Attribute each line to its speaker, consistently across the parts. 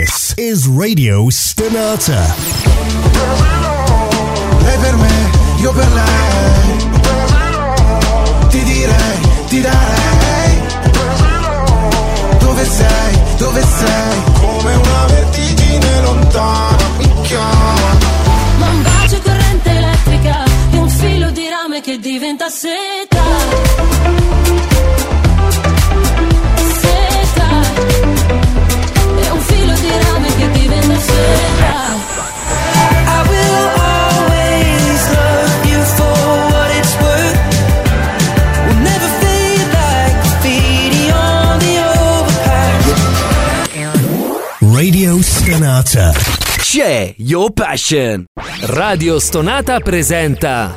Speaker 1: This is Radio Stonata.
Speaker 2: Lei per me, io per lei. Ti direi, ti darei. Dove sei, dove sei? Come una vertigine lontana mi chiama.
Speaker 3: Ma un bacio corrente elettrica e un filo di rame che diventa seta. Seta. E un filo di rame che diventa seta.
Speaker 4: I will always love you for what it's worth. We'll never fade like graffiti on the overpass.
Speaker 1: Radio Stonata.
Speaker 5: C'è Your Passion. Radio Stonata presenta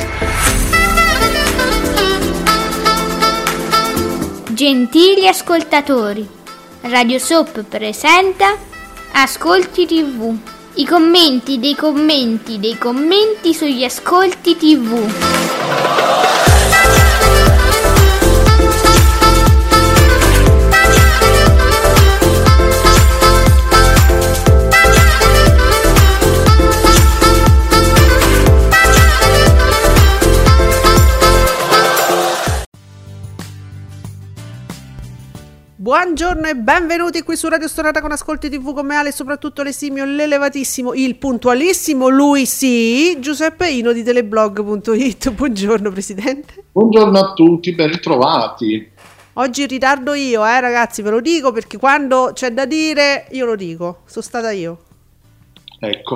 Speaker 6: Gentili ascoltatori, Radio Soap presenta Ascolti TV. I commenti dei commenti dei commenti sugli ascolti TV.
Speaker 7: Buongiorno e benvenuti qui su Radio Stonata con Ascolti TV con me Ale, soprattutto l'esimio, l'elevatissimo, il puntualissimo, lui sì, Giuseppe Ino di teleblog.it. Buongiorno Presidente.
Speaker 8: Buongiorno a tutti, ben ritrovati.
Speaker 7: Oggi in ritardo io, ragazzi, ve lo dico perché quando c'è da dire io lo dico, sono stata io.
Speaker 8: Ecco.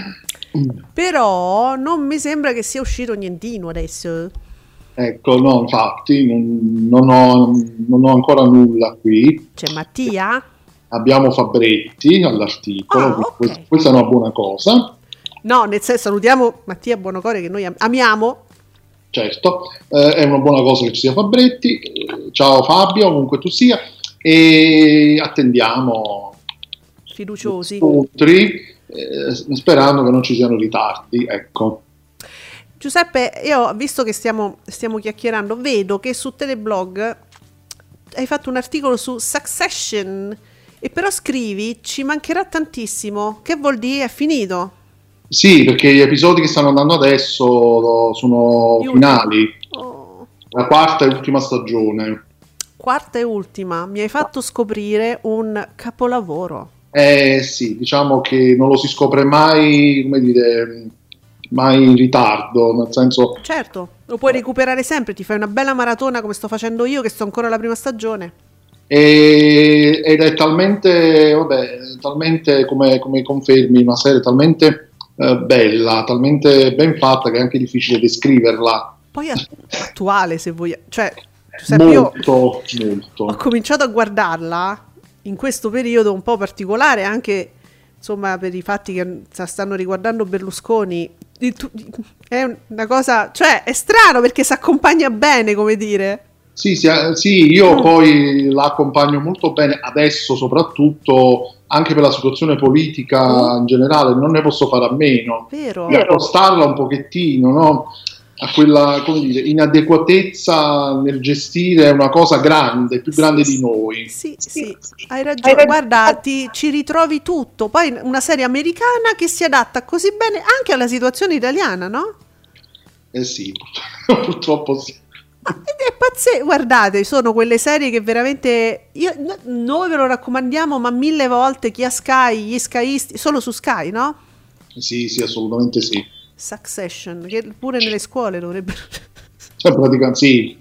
Speaker 7: Però non mi sembra che sia uscito nientino adesso.
Speaker 8: Ecco, no, infatti non ho ancora nulla qui.
Speaker 7: C'è Mattia?
Speaker 8: Abbiamo Fabretti all'articolo,
Speaker 7: okay.
Speaker 8: Questa è una buona cosa.
Speaker 7: No, nel senso salutiamo Mattia Buonocore che noi amiamo.
Speaker 8: Certo, è una buona cosa che ci sia Fabretti. Ciao Fabio, ovunque tu sia. E attendiamo
Speaker 7: fiduciosi
Speaker 8: incontri, sperando che non ci siano ritardi, ecco.
Speaker 7: Giuseppe, io visto che stiamo chiacchierando, vedo che su Teleblog hai fatto un articolo su Succession e però scrivi ci mancherà tantissimo. Che vuol dire? È finito?
Speaker 8: Sì, perché gli episodi che stanno andando adesso sono finali.
Speaker 7: Oh.
Speaker 8: La quarta e ultima stagione.
Speaker 7: Quarta e ultima. Mi hai fatto scoprire un capolavoro.
Speaker 8: Sì, diciamo che non lo si scopre mai, come dire, mai in ritardo, nel senso.
Speaker 7: Certo, lo puoi recuperare sempre, ti fai una bella maratona come sto facendo io che sto ancora alla prima stagione.
Speaker 8: Ed è talmente, talmente come confermi, una serie talmente bella, talmente ben fatta che è anche difficile descriverla.
Speaker 7: Poi attuale, se vuoi, cioè
Speaker 8: molto.
Speaker 7: Ho cominciato a guardarla in questo periodo un po' particolare, anche insomma per i fatti che stanno riguardando Berlusconi. È una cosa, cioè è strano perché si accompagna bene, come dire.
Speaker 8: Sì, io poi la accompagno molto bene adesso, soprattutto anche per la situazione politica in generale, non ne posso fare a meno.
Speaker 7: Vero.
Speaker 8: Di accostarla un pochettino, no? A quella, come dire, inadeguatezza nel gestire una cosa grande, più grande di noi.
Speaker 7: Sì, hai ragione. Guarda, ci ritrovi tutto. Poi una serie americana che si adatta così bene anche alla situazione italiana, no?
Speaker 8: Sì, purtroppo sì.
Speaker 7: È pazzesco, guardate, sono quelle serie che veramente noi ve lo raccomandiamo, ma 1000 volte. Chi ha Sky, gli skyisti, solo su Sky, no?
Speaker 8: Sì, assolutamente sì.
Speaker 7: Succession, che pure nelle scuole dovrebbero.
Speaker 8: Cioè, praticamente sì.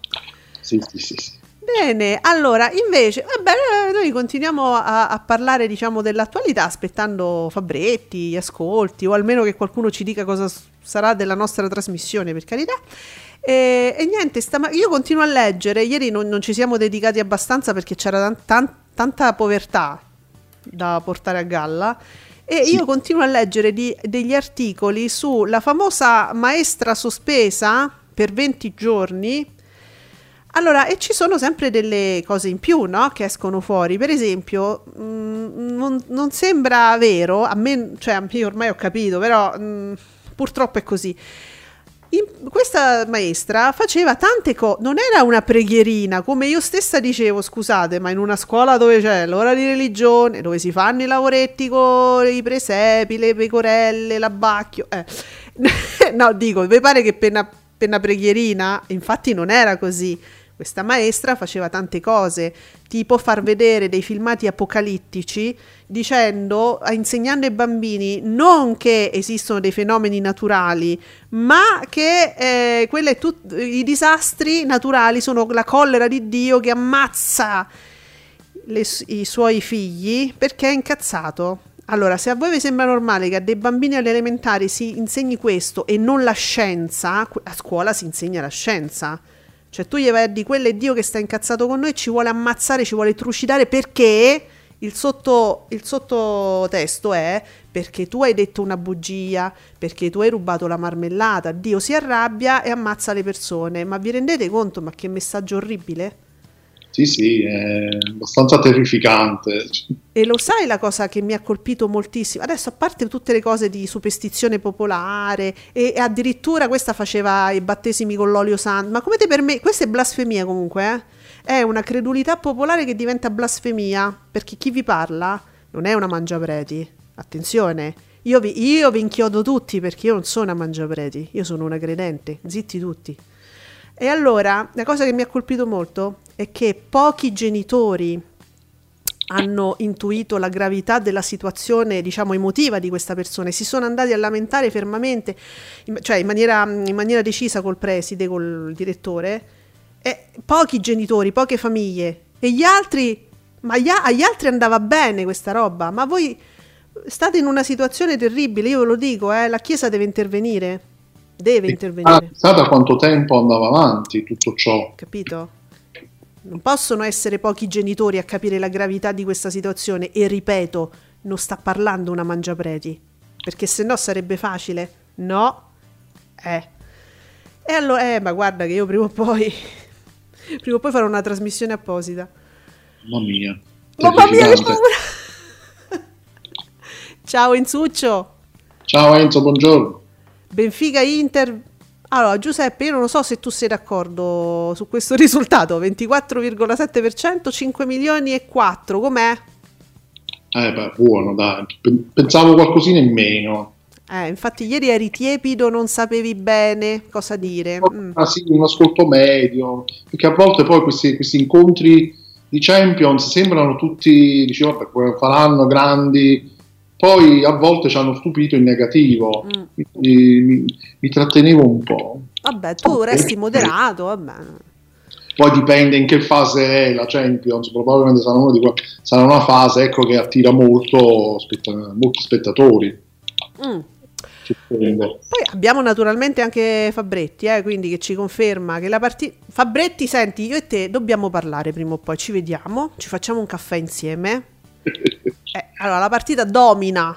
Speaker 7: Bene, allora invece, noi continuiamo a parlare, diciamo, dell'attualità, aspettando Fabretti, gli ascolti, o almeno che qualcuno ci dica cosa sarà della nostra trasmissione, per carità. E niente, io continuo a leggere. Ieri non ci siamo dedicati abbastanza perché c'era tanta povertà da portare a galla. E io continuo a leggere degli articoli sulla famosa maestra sospesa per 20 giorni. Allora, e ci sono sempre delle cose in più, no? Che escono fuori. Per esempio, non sembra vero, a me, cioè io ormai ho capito, però purtroppo è così. Questa maestra faceva tante cose, non era una preghierina, come io stessa dicevo, scusate, ma in una scuola dove c'è l'ora di religione, dove si fanno i lavoretti con i presepi, le pecorelle, l'abbacchio, no, dico, vi pare che penna preghierina? Infatti non era così. Questa maestra faceva tante cose, tipo far vedere dei filmati apocalittici insegnando ai bambini non che esistono dei fenomeni naturali, ma che i disastri naturali sono la collera di Dio che ammazza i suoi figli perché è incazzato. Allora, se a voi vi sembra normale che a dei bambini alle elementari si insegni questo e non la scienza, a scuola si insegna la scienza. Cioè tu gli vai a dire quello è Dio che sta incazzato con noi, ci vuole ammazzare, ci vuole trucidare perché il sottotesto è perché tu hai detto una bugia, perché tu hai rubato la marmellata, Dio si arrabbia e ammazza le persone. Ma vi rendete conto? Ma che messaggio orribile?
Speaker 8: Sì, è abbastanza terrificante.
Speaker 7: E lo sai la cosa che mi ha colpito moltissimo? Adesso, a parte tutte le cose di superstizione popolare, e addirittura questa faceva i battesimi con l'olio santo, ma come te permetti? Questa è blasfemia comunque, È una credulità popolare che diventa blasfemia, perché chi vi parla non è una mangiapreti. Attenzione, io vi inchiodo tutti perché io non sono una mangiapreti, io sono una credente, zitti tutti. E allora, la cosa che mi ha colpito molto è che pochi genitori hanno intuito la gravità della situazione, diciamo, emotiva di questa persona e si sono andati a lamentare fermamente, cioè in maniera decisa col preside, col direttore, pochi genitori, poche famiglie, e gli altri, agli altri andava bene questa roba, ma voi state in una situazione terribile, io ve lo dico, la Chiesa deve intervenire. Deve intervenire.
Speaker 8: Sa da quanto tempo andava avanti tutto ciò?
Speaker 7: Capito? Non possono essere pochi genitori a capire la gravità di questa situazione e ripeto, non sta parlando una mangiapreti, perché se no sarebbe facile. No. E allora, ma guarda che io prima o poi farò una trasmissione apposita.
Speaker 8: Mamma mia.
Speaker 7: Mamma mia, che paura. Ciao Enzuccio.
Speaker 8: Ciao Enzo, buongiorno.
Speaker 7: Benfica Inter. Allora Giuseppe, io non lo so se tu sei d'accordo su questo risultato, 24,7%, 5 milioni e 4, com'è?
Speaker 8: Buono, dai, pensavo qualcosina in meno.
Speaker 7: Infatti ieri eri tiepido, non sapevi bene cosa dire.
Speaker 8: Sì, un ascolto medio, perché a volte poi questi incontri di Champions sembrano tutti, dicevo, faranno grandi. Poi a volte ci hanno stupito in negativo, quindi mi trattenevo un po'.
Speaker 7: Vabbè, tu resti moderato, vabbè.
Speaker 8: Poi dipende in che fase è la Champions, probabilmente sarà una fase, ecco, che attira molti spettatori.
Speaker 7: Poi abbiamo naturalmente anche Fabretti, quindi che ci conferma che la partita... Fabretti, senti, io e te dobbiamo parlare prima o poi, ci vediamo, ci facciamo un caffè insieme. Allora la partita domina.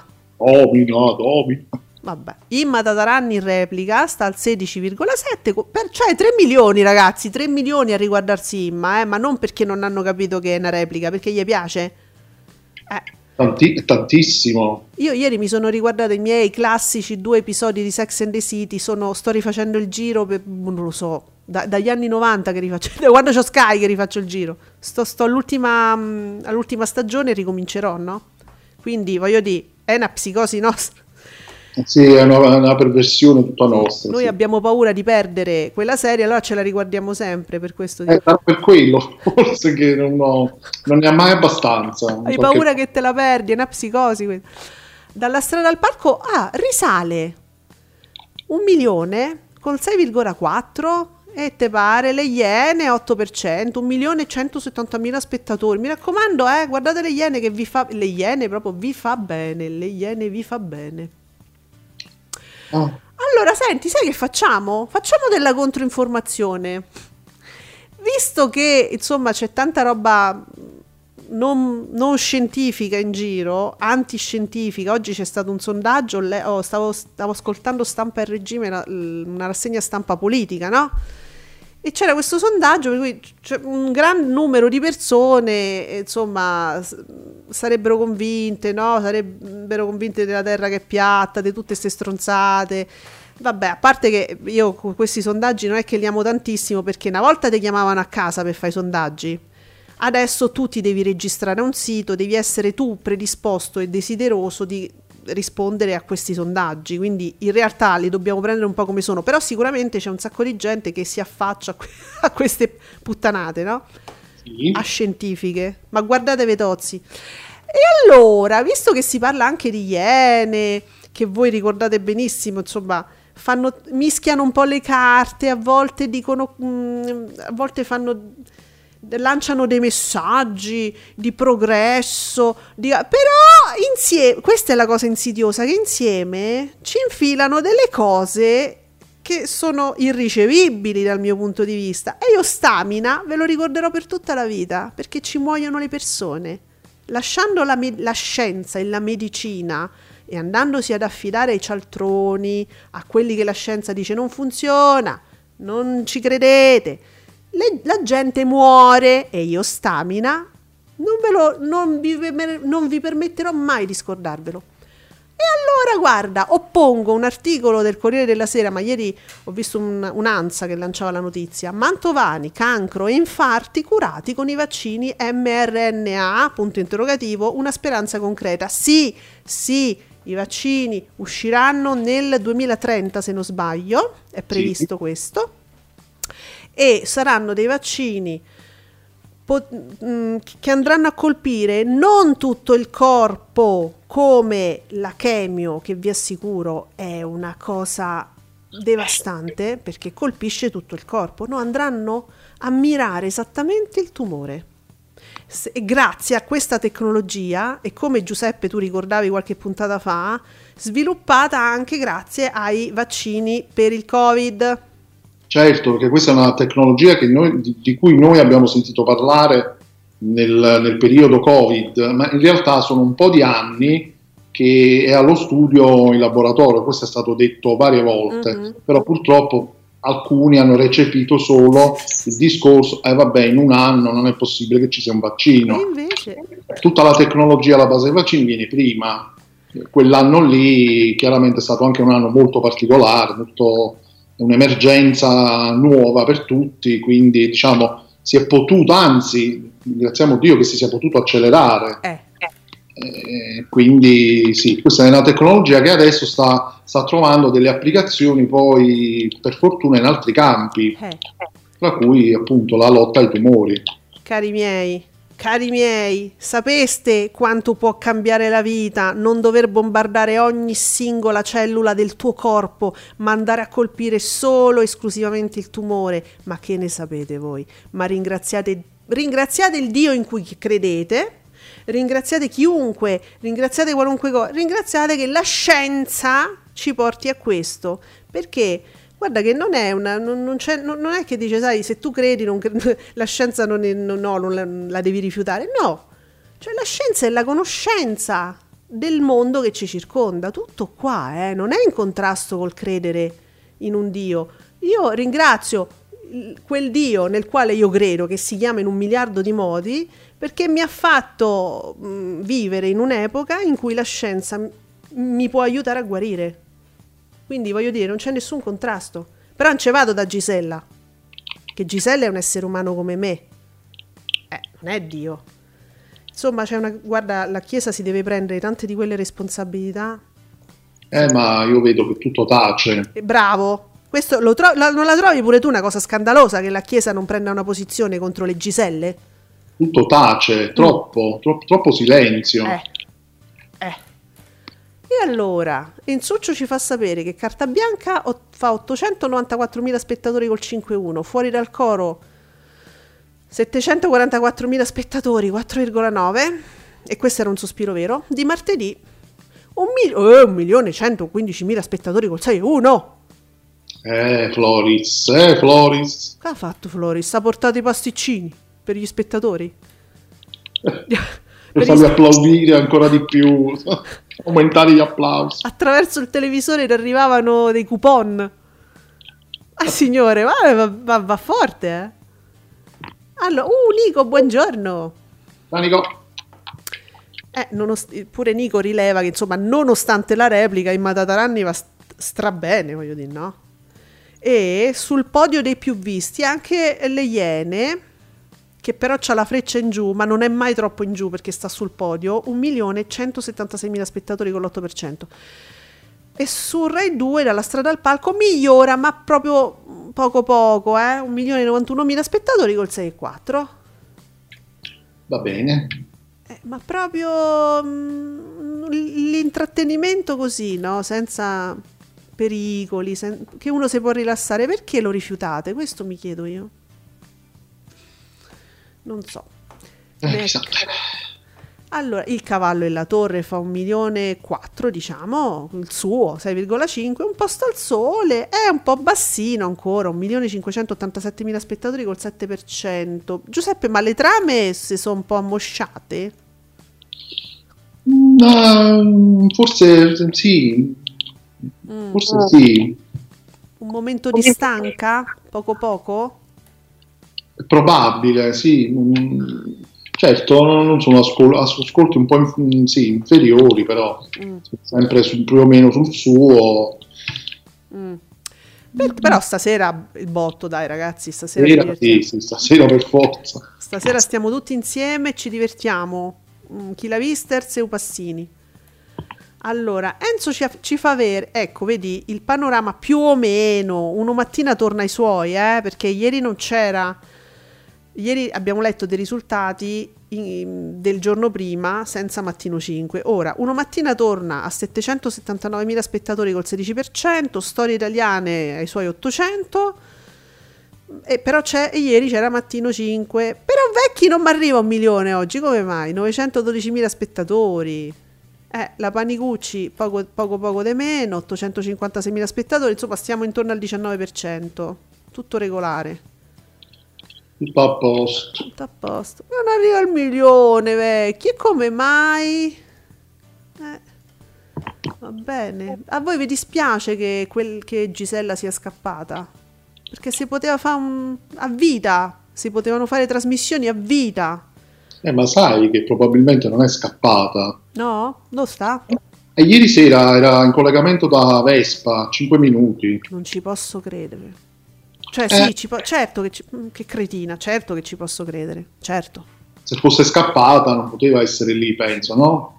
Speaker 7: Vabbè, Imma Tataranni in replica sta al 16,7, cioè 3 milioni ragazzi, 3 milioni a riguardarsi Imma, ma non perché non hanno capito che è una replica, perché gli piace.
Speaker 8: Tantissimo.
Speaker 7: Io ieri mi sono riguardato i miei classici 2 episodi di Sex and the City, sto rifacendo il giro non lo so, dagli anni 90 che rifaccio, da quando c'ho Sky che rifaccio il giro, sto all'ultima stagione e ricomincerò, no? Quindi voglio dire, è una psicosi nostra.
Speaker 8: Sì, è una perversione tutta nostra.
Speaker 7: Noi abbiamo paura di perdere quella serie, allora ce la riguardiamo sempre, per questo dico.
Speaker 8: Per quello, forse che non ne ha mai abbastanza.
Speaker 7: Hai paura che te la perdi, è una psicosi. Dalla strada al parco, risale 1 milione con 6,4 e te pare, le Iene 8%, 1.170.000 spettatori. Mi raccomando, guardate le Iene che le Iene proprio vi fa bene, le Iene vi fa bene. Allora, senti, sai che facciamo? Facciamo della controinformazione. Visto che, insomma, c'è tanta roba non scientifica in giro, antiscientifica. Oggi c'è stato un sondaggio, stavo ascoltando Stampa e Regime, una rassegna stampa politica, no? E c'era questo sondaggio per cui un gran numero di persone, insomma, sarebbero convinte, no? Sarebbero convinte della terra che è piatta, di tutte queste stronzate. Vabbè, a parte che io con questi sondaggi non è che li amo tantissimo, perché una volta ti chiamavano a casa per fare i sondaggi, adesso tu ti devi registrare a un sito, devi essere tu predisposto e desideroso di rispondere a questi sondaggi, quindi in realtà li dobbiamo prendere un po' come sono, però sicuramente c'è un sacco di gente che si affaccia a queste puttanate, no?
Speaker 8: Sì.
Speaker 7: A scientifiche, ma guardate Vetozzi. E allora, visto che si parla anche di Iene, che voi ricordate benissimo, insomma, mischiano un po' le carte, a volte dicono, a volte lanciano dei messaggi di progresso, però insieme, questa è la cosa insidiosa, che insieme ci infilano delle cose che sono irricevibili dal mio punto di vista, e io Stamina ve lo ricorderò per tutta la vita, perché ci muoiono le persone. Lasciando la scienza e la medicina e andandosi ad affidare ai cialtroni, a quelli che la scienza dice non funziona, non ci credete, la gente muore, e io Stamina non vi permetterò mai di scordarvelo. E allora guarda, oppongo un articolo del Corriere della Sera, ma ieri ho visto un'ANSA che lanciava la notizia: Mantovani, cancro e infarti curati con i vaccini mRNA, punto interrogativo, una speranza concreta. Sì, i vaccini usciranno nel 2030 se non sbaglio, è previsto questo, e saranno dei vaccini che andranno a colpire non tutto il corpo come la chemio, che vi assicuro è una cosa devastante perché colpisce tutto il corpo, no, andranno a mirare esattamente il tumore. Grazie a questa tecnologia, e come Giuseppe tu ricordavi qualche puntata fa, sviluppata anche grazie ai vaccini per il Covid.
Speaker 8: Certo, perché questa è una tecnologia che di cui noi abbiamo sentito parlare nel periodo Covid, ma in realtà sono un po' di anni che è allo studio in laboratorio. Questo è stato detto varie volte, però purtroppo alcuni hanno recepito solo il discorso vabbè, in un anno non è possibile che ci sia un vaccino.
Speaker 7: E invece
Speaker 8: tutta la tecnologia alla base dei vaccini viene prima. Quell'anno lì chiaramente è stato anche un anno molto particolare, un'emergenza nuova per tutti, quindi diciamo si è potuto, anzi ringraziamo Dio che si sia potuto accelerare. Quindi sì, questa è una tecnologia che adesso sta trovando delle applicazioni poi per fortuna in altri campi, tra cui appunto la lotta ai tumori.
Speaker 7: Cari miei, sapeste quanto può cambiare la vita non dover bombardare ogni singola cellula del tuo corpo, ma andare a colpire solo esclusivamente il tumore? Ma che ne sapete voi? Ma ringraziate il Dio in cui credete, ringraziate chiunque, ringraziate qualunque cosa, ringraziate che la scienza ci porti a questo, perché guarda che non è che dice, sai, se tu credi la scienza non la devi rifiutare, no, cioè la scienza è la conoscenza del mondo che ci circonda, tutto qua, non è in contrasto col credere in un Dio. Io ringrazio quel Dio nel quale io credo, che si chiama in 1 miliardo di modi, perché mi ha fatto vivere in un'epoca in cui la scienza mi può aiutare a guarire. Quindi voglio dire, non c'è nessun contrasto. Però non ci vado da Gisella, che Gisella è un essere umano come me, non è Dio. Insomma, guarda, la Chiesa si deve prendere tante di quelle responsabilità.
Speaker 8: Ma io vedo che tutto tace.
Speaker 7: Bravo. Questo non la trovi pure tu una cosa scandalosa, che la Chiesa non prenda una posizione contro le Giselle?
Speaker 8: Tutto tace, troppo silenzio.
Speaker 7: E allora, Enzuccio ci fa sapere che Carta Bianca fa 894.000 spettatori col 5-1, fuori dal coro 744.000 spettatori, 4,9, e questo era un sospiro vero, di martedì 1.115.000 spettatori col 6-1.
Speaker 8: Floris.
Speaker 7: Che ha fatto Floris? Ha portato i pasticcini per gli spettatori?
Speaker 8: Per farli applaudire ancora di più, aumentare gli applausi.
Speaker 7: Attraverso il televisore ti arrivavano dei coupon. Signore, va forte, Allora, Nico, buongiorno.
Speaker 8: Ciao Nico.
Speaker 7: Pure Nico rileva che insomma, nonostante la replica, Imma Tatarani strabene, voglio dire, no? E sul podio dei più visti anche le Iene, che però c'ha la freccia in giù, ma non è mai troppo in giù perché sta sul podio, 1.176.000 spettatori con l'8%. E su Rai 2 dalla strada al palco migliora, ma proprio poco, 1.091.000 spettatori col 6,4%.
Speaker 8: Va bene.
Speaker 7: Ma proprio l'intrattenimento così, no? Senza pericoli, che uno si può rilassare. Perché lo rifiutate? Questo mi chiedo io. Non so.
Speaker 8: Esatto.
Speaker 7: Allora, il Cavallo e la Torre fa 1.400.000, diciamo, il suo 6,5, un posto al sole, è un po' bassino ancora, 1.587.000 spettatori col 7%. Giuseppe, ma le trame si sono un po' ammosciate?
Speaker 8: Forse sì. Forse sì.
Speaker 7: Un momento di stanca? Poco?
Speaker 8: È probabile, sì. Certo, non sono ascolti un po' inferiori, però sempre più o meno sul suo.
Speaker 7: Però stasera il botto, dai ragazzi, stasera
Speaker 8: sì, stasera per forza.
Speaker 7: Stasera stiamo tutti insieme e ci divertiamo. Chi l'ha vista, Erze e Upassini. Allora, Enzo ci fa avere, ecco, vedi, il panorama più o meno, uno mattina torna ai suoi, perché ieri non c'era. Ieri abbiamo letto dei risultati del giorno prima senza Mattino 5. Ora, uno mattina torna a 779.000 spettatori col 16%, Storie Italiane ai suoi 800, però ieri c'era Mattino 5. Però Vecchi non mi arriva 1 milione oggi, come mai? 912.000 spettatori. La Panicucci poco di meno, 856.000 spettatori, insomma stiamo intorno al 19%, tutto regolare.
Speaker 8: Tutto a posto.
Speaker 7: Non arriva al 1 milione, Vecchi, e come mai? Va bene. A voi vi dispiace che Gisella sia scappata? Perché si poteva fare a vita, si potevano fare trasmissioni a vita.
Speaker 8: Ma sai che probabilmente non è scappata.
Speaker 7: No? Dove sta?
Speaker 8: E ieri sera era in collegamento da Vespa, 5 minuti.
Speaker 7: Non ci posso credere. Cioè sì, certo che cretina, certo che ci posso credere, certo.
Speaker 8: Se fosse scappata non poteva essere lì, penso, no?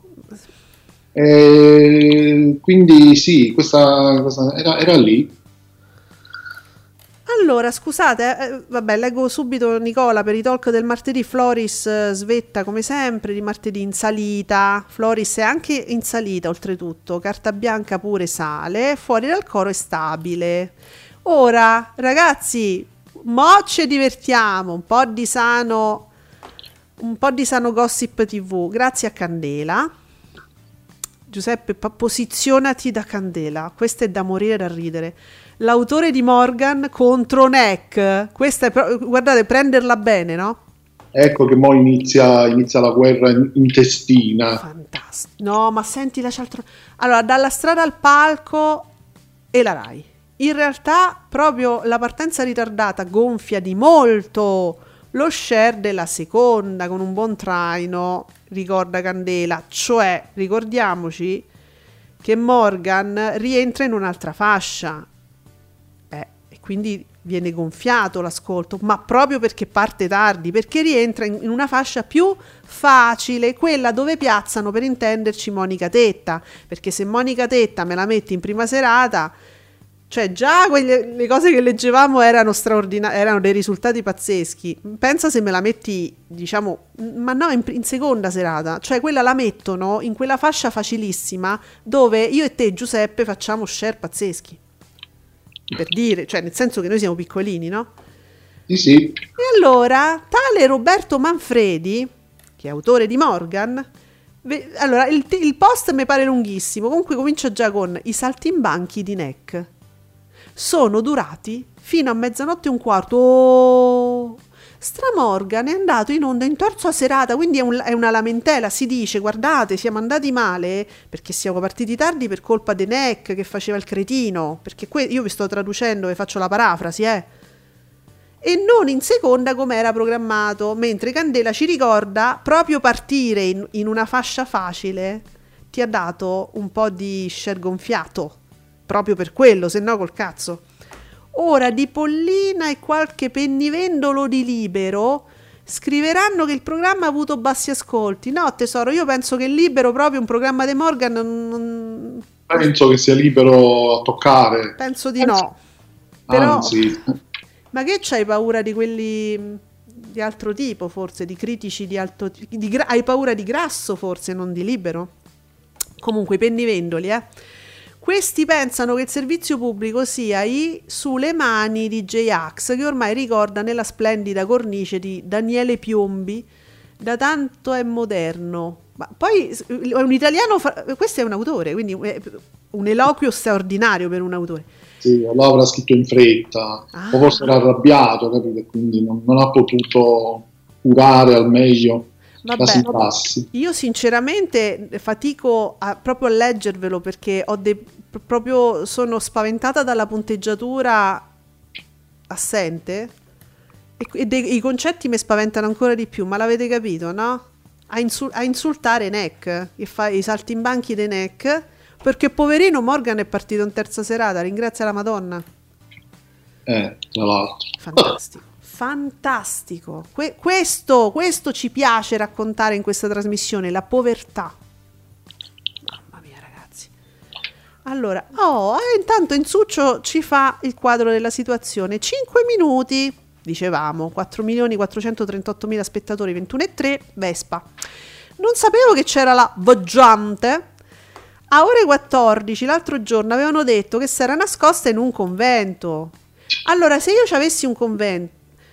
Speaker 8: Quindi sì, questa era lì.
Speaker 7: Allora, scusate, vabbè, leggo subito Nicola per i talk del martedì. Floris svetta come sempre, di martedì in salita. Floris è anche in salita oltretutto, carta bianca pure sale, fuori dal coro è stabile. Ora, ragazzi, mo ci divertiamo, un po' di sano Gossip TV, grazie a Candela. Giuseppe, posizionati da Candela, questo è da morire da ridere. L'autore di Morgan contro Neck, questa è guardate, prenderla bene, no?
Speaker 8: Ecco che mo inizia la guerra intestina.
Speaker 7: Fantastico. No, ma senti allora, dalla strada al palco e la Rai. In realtà proprio la partenza ritardata gonfia di molto lo share della seconda con un buon traino, ricorda Candela, cioè ricordiamoci che Morgan rientra in un'altra fascia e quindi viene gonfiato l'ascolto, ma proprio perché parte tardi, perché rientra in una fascia più facile, quella dove piazzano, per intenderci, Monica Tetta, perché se Monica Tetta me la metti in prima serata, cioè già le cose che leggevamo erano straordinarie, erano dei risultati pazzeschi. Pensa se me la metti, diciamo, ma no, in seconda serata, cioè quella la mettono in quella fascia facilissima dove io e te, Giuseppe, facciamo share pazzeschi, per dire, cioè nel senso che noi siamo piccolini, no?
Speaker 8: Sì.
Speaker 7: E allora tale Roberto Manfredi, che è autore di Morgan, allora il post mi pare lunghissimo, comunque comincia già con i saltimbanchi di Neck sono durati fino a 00:15. Oh! Stramorgan è andato in onda in terza serata, quindi è una lamentela. Si dice: guardate, siamo andati male perché siamo partiti tardi per colpa di Neck che faceva il cretino, perché io vi sto traducendo e faccio la parafrasi, e non in seconda come era programmato, mentre Candela ci ricorda proprio partire in una fascia facile ti ha dato un po' di share gonfiato. proprio per quello, se no col cazzo. Ora di Pollina e qualche pennivendolo di Libero scriveranno che il programma ha avuto bassi ascolti. No, tesoro, io penso che Libero, proprio un programma di Morgan,
Speaker 8: penso che sia libero a toccare.
Speaker 7: penso di no. Però,
Speaker 8: Anzi,
Speaker 7: ma che c'hai paura di quelli di altro tipo, forse, di critici di alto hai paura di Grasso, forse, non di Libero? Comunque, i pennivendoli, Questi pensano che il servizio pubblico sia sulle mani di J-Ax, che ormai ricorda nella splendida cornice di Daniele Piombi, da tanto è moderno. Ma poi è un italiano, questo è un autore, quindi un eloquio straordinario per un autore.
Speaker 8: sì, l'avrà scritto in fretta, o forse era arrabbiato, capito? Quindi non ha potuto curare al meglio la sintassi.
Speaker 7: Io sinceramente fatico proprio a leggervelo, perché proprio sono spaventata dalla punteggiatura assente e i concetti mi spaventano ancora di più, ma l'avete capito, no? A insultare Neck, che fa i saltimbanchi dei Neck, perché poverino Morgan è partito in terza serata, ringrazia la Madonna.
Speaker 8: Tra l'altro.
Speaker 7: Fantastico. Fantastico. Questo ci piace raccontare in questa trasmissione, la povertà. Mamma mia, ragazzi. Allora, intanto Insuccio ci fa il quadro della situazione. 5 minuti, dicevamo, 4.438.000 spettatori, 21,3, Vespa. Non sapevo che c'era la Voggiante. A ore 14 l'altro giorno avevano detto che si era nascosta in un convento. Allora, se io ci avessi un convento,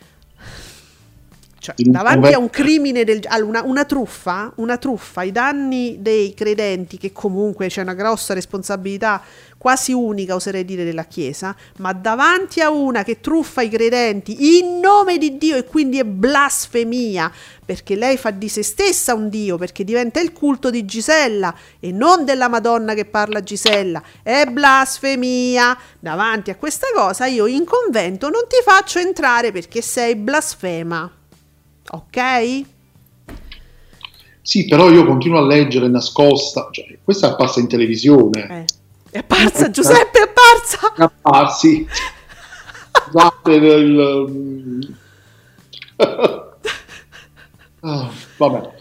Speaker 7: cioè davanti a un crimine una truffa ai danni dei credenti, che comunque c'è una grossa responsabilità, quasi unica oserei dire, della Chiesa, ma davanti a una che truffa i credenti in nome di Dio, e quindi è blasfemia, perché lei fa di se stessa un Dio, perché diventa il culto di Gisella e non della Madonna che parla a Gisella, è blasfemia. Davanti a questa cosa io in convento non ti faccio entrare perché sei blasfema. Ok?
Speaker 8: Sì, però io continuo a leggere nascosta, cioè, questa è apparsa in televisione.
Speaker 7: È apparsa, Giuseppe, è apparsa!
Speaker 8: È apparsi. Scusate vabbè,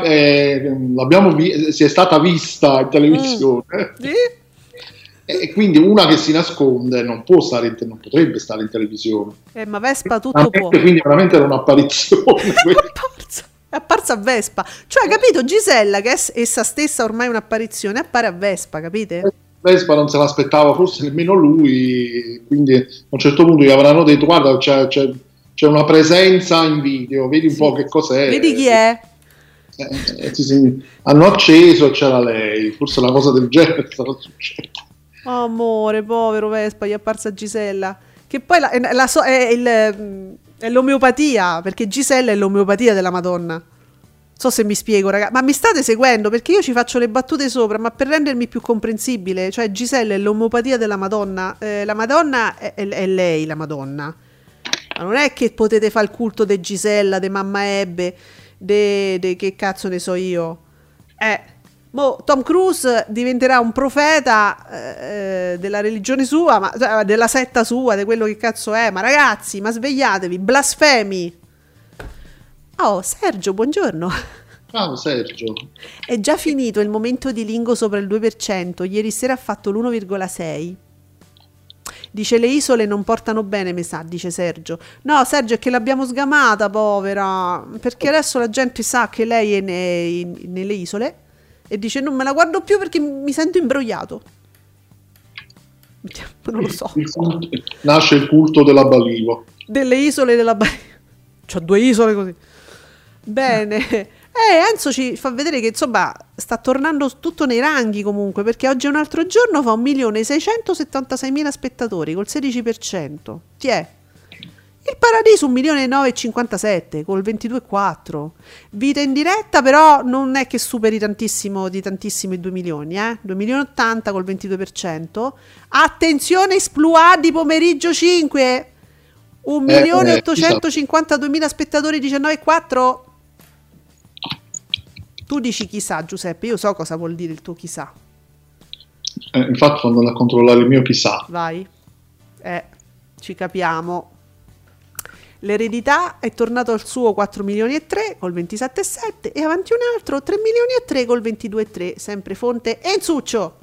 Speaker 8: si è stata vista in televisione.
Speaker 7: Sì?
Speaker 8: E quindi una che si nasconde non potrebbe stare in televisione.
Speaker 7: Ma Vespa tutto può.
Speaker 8: Quindi veramente era un'apparizione.
Speaker 7: È apparsa a Vespa. Cioè, capito, Gisella, che è essa stessa ormai un'apparizione, appare a Vespa, capite?
Speaker 8: Vespa non se l'aspettava forse nemmeno lui, quindi a un certo punto gli avranno detto: guarda, c'è una presenza in video, vedi un po' che cos'è.
Speaker 7: Vedi chi è?
Speaker 8: Sì. Hanno acceso e c'era lei, forse una cosa del genere stava succedendo.
Speaker 7: Oh, amore, povero Vespa, gli è apparsa Gisella. Che poi è l'omeopatia, perché Gisella è l'omeopatia della Madonna. So se mi spiego, ragazzi, ma mi state seguendo? Perché io ci faccio le battute sopra, ma per rendermi più comprensibile. Cioè, Gisella è l'omeopatia della Madonna. La Madonna è lei, la Madonna. Ma non è che potete fare il culto di Gisella, di Mamma Ebbe, che cazzo ne so io. Tom Cruise diventerà un profeta della religione sua, ma della setta sua, di quello che cazzo è. Ma ragazzi, ma svegliatevi, blasfemi. Oh, Sergio, buongiorno.
Speaker 8: Ciao Sergio.
Speaker 7: È già finito il momento di Lingo sopra il 2%. Ieri sera ha fatto l'1,6. Dice: le isole non portano bene, mi sa, dice Sergio. No, Sergio, è che l'abbiamo sgamata, povera, perché adesso la gente sa che lei è nelle isole e dice: non me la guardo più perché mi sento imbrogliato. Non lo so.
Speaker 8: Nasce il culto della Balivo.
Speaker 7: Delle isole della Balivo. C'ho 2 isole così. Bene. Enzo ci fa vedere che insomma sta tornando tutto nei ranghi comunque, perché oggi è un altro giorno, fa 1.676.000 spettatori col 16%. Chi è? Il Paradiso 1.957.000 col 22,4%. Vita in diretta però non è che superi tantissimo i 2 milioni, 2.080.000 col 22%. Attenzione, Espluà di pomeriggio 5, 1.852.000 spettatori, 19,4%. Tu dici chissà, Giuseppe, io so cosa vuol dire il tuo chissà.
Speaker 8: Infatti sto andando a controllare il mio chissà.
Speaker 7: Vai. Ci capiamo. L'eredità è tornato al suo 4 milioni e 3 col 27,7 e avanti un altro 3 milioni e 3 col 22,3, sempre fonte Enzuccio.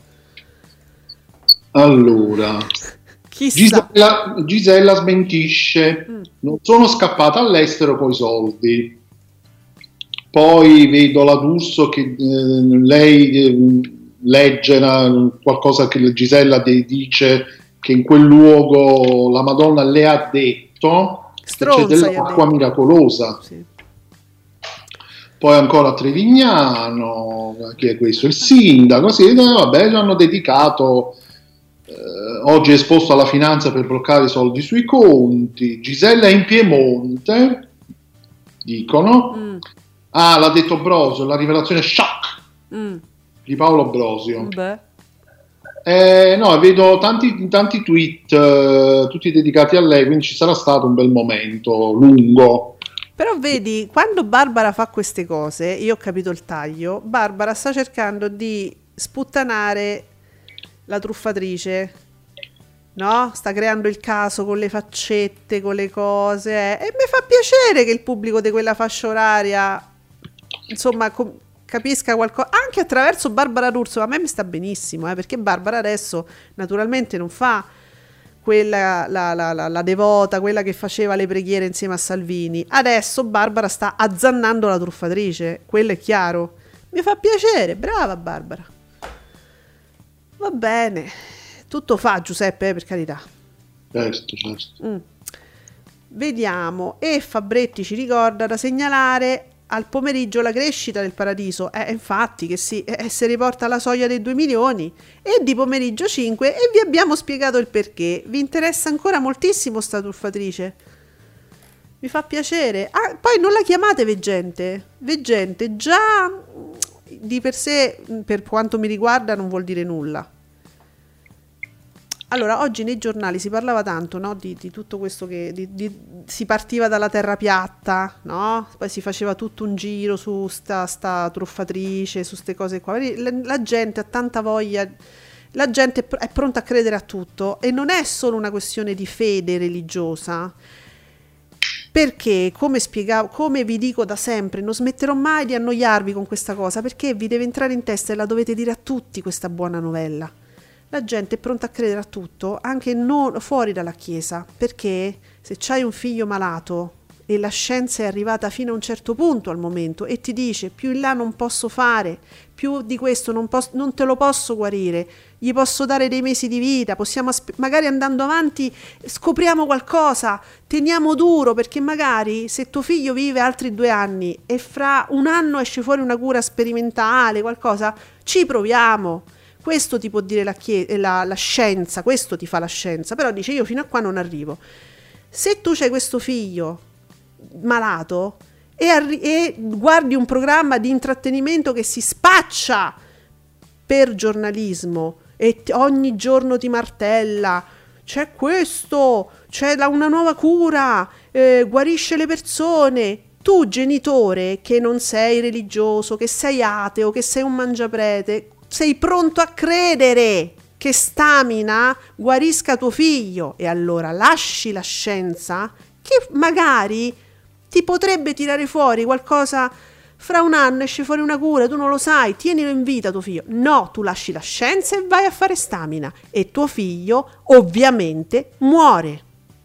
Speaker 8: Allora,
Speaker 7: Chissà.
Speaker 8: Gisella smentisce, non sono scappata all'estero coi soldi. Poi vedo la D'Urso che lei legge qualcosa che Gisella dice che in quel luogo la Madonna le ha detto
Speaker 7: Stronza,
Speaker 8: che c'è dell'acqua miracolosa.
Speaker 7: Sì.
Speaker 8: Poi ancora Trevignano, chi è questo? Il sindaco, sì, vabbè, gli hanno dedicato, oggi è esposto alla finanza per bloccare i soldi sui conti. Gisella è in Piemonte, dicono. L'ha detto Brosio, la rivelazione shock di Paolo Brosio. No, vedo tanti tweet, tutti dedicati a lei, quindi ci sarà stato un bel momento lungo.
Speaker 7: Però vedi, quando Barbara fa queste cose, io ho capito il taglio, Barbara sta cercando di sputtanare la truffatrice, no? Sta creando il caso con le faccette, con le cose, e mi fa piacere che il pubblico di quella fascia oraria, insomma, capisca qualcosa, anche attraverso Barbara D'Urso. A me mi sta benissimo, perché Barbara adesso naturalmente non fa quella la devota, quella che faceva le preghiere insieme a Salvini. Adesso Barbara sta azzannando la truffatrice, quello è chiaro. Mi fa piacere, brava Barbara. Va bene, tutto fa Giuseppe, per carità.
Speaker 8: Certo.
Speaker 7: Vediamo, e Fabretti ci ricorda da segnalare al pomeriggio la crescita del Paradiso, infatti che si riporta alla soglia dei 2 milioni, e di pomeriggio 5, e vi abbiamo spiegato il perché. Vi interessa ancora moltissimo sta truffatrice? Mi fa piacere. Poi non la chiamate veggente, già di per sé, per quanto mi riguarda, non vuol dire nulla. Allora, oggi nei giornali si parlava tanto, no, di tutto questo che si partiva dalla terra piatta, no? Poi si faceva tutto un giro su sta truffatrice, su ste cose qua. La gente ha tanta voglia, la gente è pronta a credere a tutto, e non è solo una questione di fede religiosa. Perché, come vi dico da sempre, non smetterò mai di annoiarvi con questa cosa, perché vi deve entrare in testa e la dovete dire a tutti questa buona novella. La gente è pronta a credere a tutto, anche non fuori dalla chiesa, perché se c'hai un figlio malato e la scienza è arrivata fino a un certo punto al momento e ti dice più in là non posso fare, più di questo non te lo posso guarire, gli posso dare dei mesi di vita, possiamo magari andando avanti scopriamo qualcosa, teniamo duro, perché magari se tuo figlio vive altri 2 anni e fra un anno esce fuori una cura sperimentale, qualcosa, ci proviamo. Questo ti può dire la scienza, questo ti fa la scienza, però dice io fino a qua non arrivo. Se tu c'hai questo figlio malato e guardi un programma di intrattenimento che si spaccia per giornalismo e ogni giorno ti martella, c'è questo, c'è una nuova cura, guarisce le persone. Tu genitore che non sei religioso, che sei ateo, che sei un mangiaprete, sei pronto a credere che Stamina guarisca tuo figlio, e allora lasci la scienza che magari ti potrebbe tirare fuori qualcosa. Fra un anno esce fuori una cura, tu non lo sai, tienilo in vita tuo figlio. No, tu lasci la scienza e vai a fare Stamina, e tuo figlio ovviamente muore.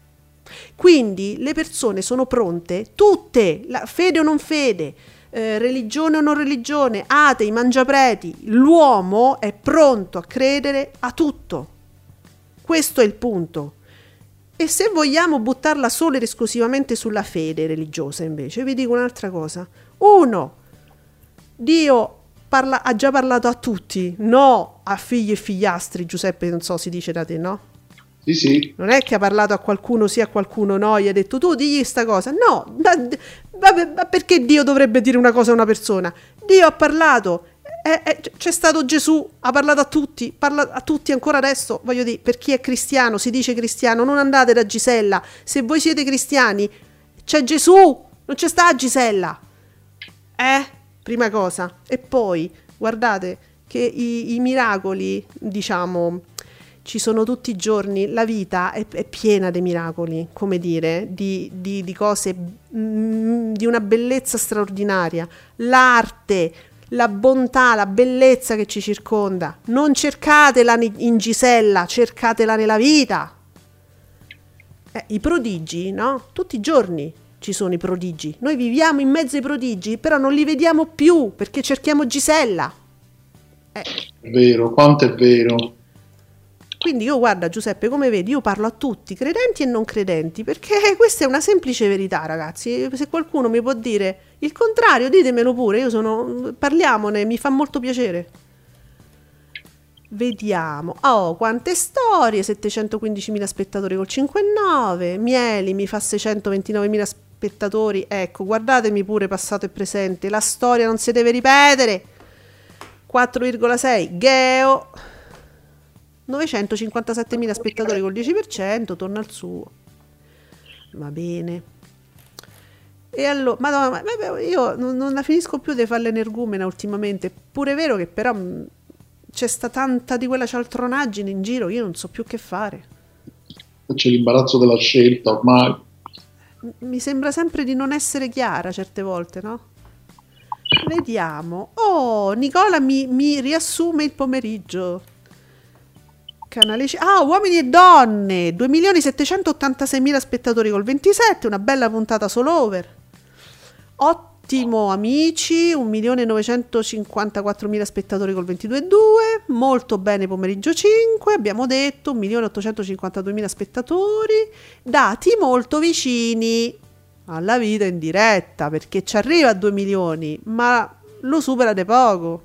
Speaker 7: Quindi le persone sono pronte, tutte, fede o non fede, religione o non religione, atei, mangiapreti, l'uomo è pronto a credere a tutto. Questo è il punto. E se vogliamo buttarla solo ed esclusivamente sulla fede religiosa, invece, vi dico un'altra cosa. 1. Dio ha già parlato a tutti, no a figli e figliastri. Giuseppe, non so, si dice da te, no?
Speaker 8: Sì.
Speaker 7: Non è che ha parlato a qualcuno sì, a qualcuno no, gli ha detto tu digli sta cosa. No, ma perché Dio dovrebbe dire una cosa a una persona? Dio ha parlato, c'è stato Gesù, ha parlato a tutti, parla a tutti ancora adesso, voglio dire, per chi è cristiano, si dice cristiano, non andate da Gisella, se voi siete cristiani c'è Gesù, non c'è sta Gisella, prima cosa. E poi, guardate, che i miracoli, diciamo, ci sono tutti i giorni, la vita è piena di miracoli, come dire, di cose di una bellezza straordinaria, l'arte, la bontà, la bellezza che ci circonda. Non cercatela in Gisella, cercatela nella vita. I prodigi, no? Tutti i giorni ci sono i prodigi. Noi viviamo in mezzo ai prodigi, però non li vediamo più perché cerchiamo Gisella.
Speaker 8: È vero, quanto è vero.
Speaker 7: Quindi io, guarda Giuseppe, come vedi, io parlo a tutti, credenti e non credenti, perché questa è una semplice verità, ragazzi. Se qualcuno mi può dire il contrario, ditemelo pure, parliamone, mi fa molto piacere. Vediamo. Oh, quante storie, 715.000 spettatori col 5,9, Mieli mi fa 629.000 spettatori, ecco, guardatemi pure passato e presente, la storia non si deve ripetere. 4,6, Geo 957.000 spettatori col 10%, torna al suo. Va bene. E allora, madonna, io non la finisco più di fare l'energumena ultimamente. Pure è vero che però c'è sta tanta di quella cialtronaggine in giro, io non so più che fare.
Speaker 8: C'è l'imbarazzo della scelta ormai.
Speaker 7: Mi sembra sempre di non essere chiara certe volte, no? Vediamo. Oh, Nicola mi riassume il pomeriggio. Canale Uomini e Donne, 2.786.000 spettatori col 27, una bella puntata solo over. Ottimo Amici, 1.954.000 spettatori col 22,2, molto bene Pomeriggio 5, abbiamo detto 1.852.000 spettatori, dati molto vicini alla vita in diretta, perché ci arriva a 2 milioni, ma lo supera di poco.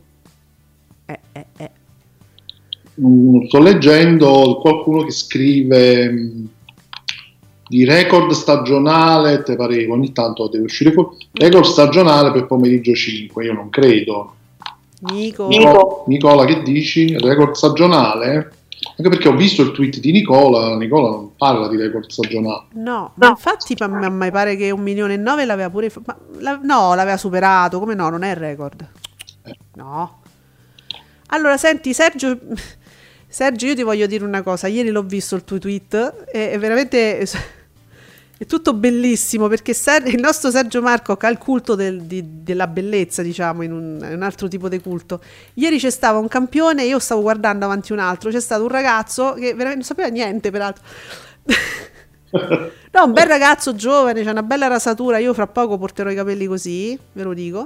Speaker 8: Sto leggendo qualcuno che scrive di record stagionale, te pareva, ogni tanto deve uscire fuori, record stagionale per Pomeriggio 5, io non credo. Nicola, che dici? Record stagionale? Anche perché ho visto il tweet di Nicola non parla di record stagionale.
Speaker 7: No. Infatti a me pare che 1,9 milioni l'aveva pure l'aveva superato, come no, non è il record. No. Allora senti Sergio, io ti voglio dire una cosa, ieri l'ho visto il tuo tweet, è veramente è tutto bellissimo, perché il nostro Sergio Marco ha il culto della bellezza, diciamo, in un altro tipo di culto. Ieri c'è stato un campione, io stavo guardando avanti un altro, c'è stato un ragazzo che veramente non sapeva niente, peraltro. No, un bel ragazzo giovane, c'ha una bella rasatura, io fra poco porterò i capelli così, ve lo dico,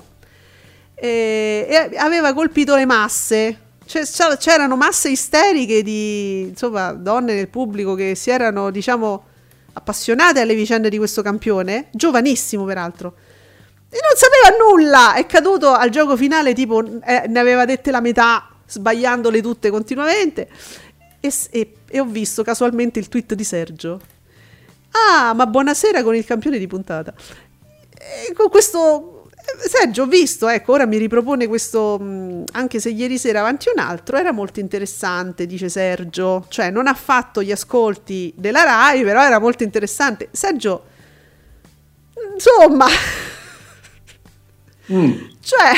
Speaker 7: e aveva colpito le masse. C'erano masse isteriche di, insomma, donne nel pubblico che si erano, diciamo, appassionate alle vicende di questo campione, giovanissimo peraltro, e non sapeva nulla, è caduto al gioco finale, tipo ne aveva dette la metà, sbagliandole tutte continuamente, e ho visto casualmente il tweet di Sergio. Ma buonasera con il campione di puntata. E con questo Sergio, ho visto, ecco, ora mi ripropone questo, anche se ieri sera avanti un altro, era molto interessante, dice Sergio, cioè non ha fatto gli ascolti della Rai, però era molto interessante. Sergio, insomma, cioè,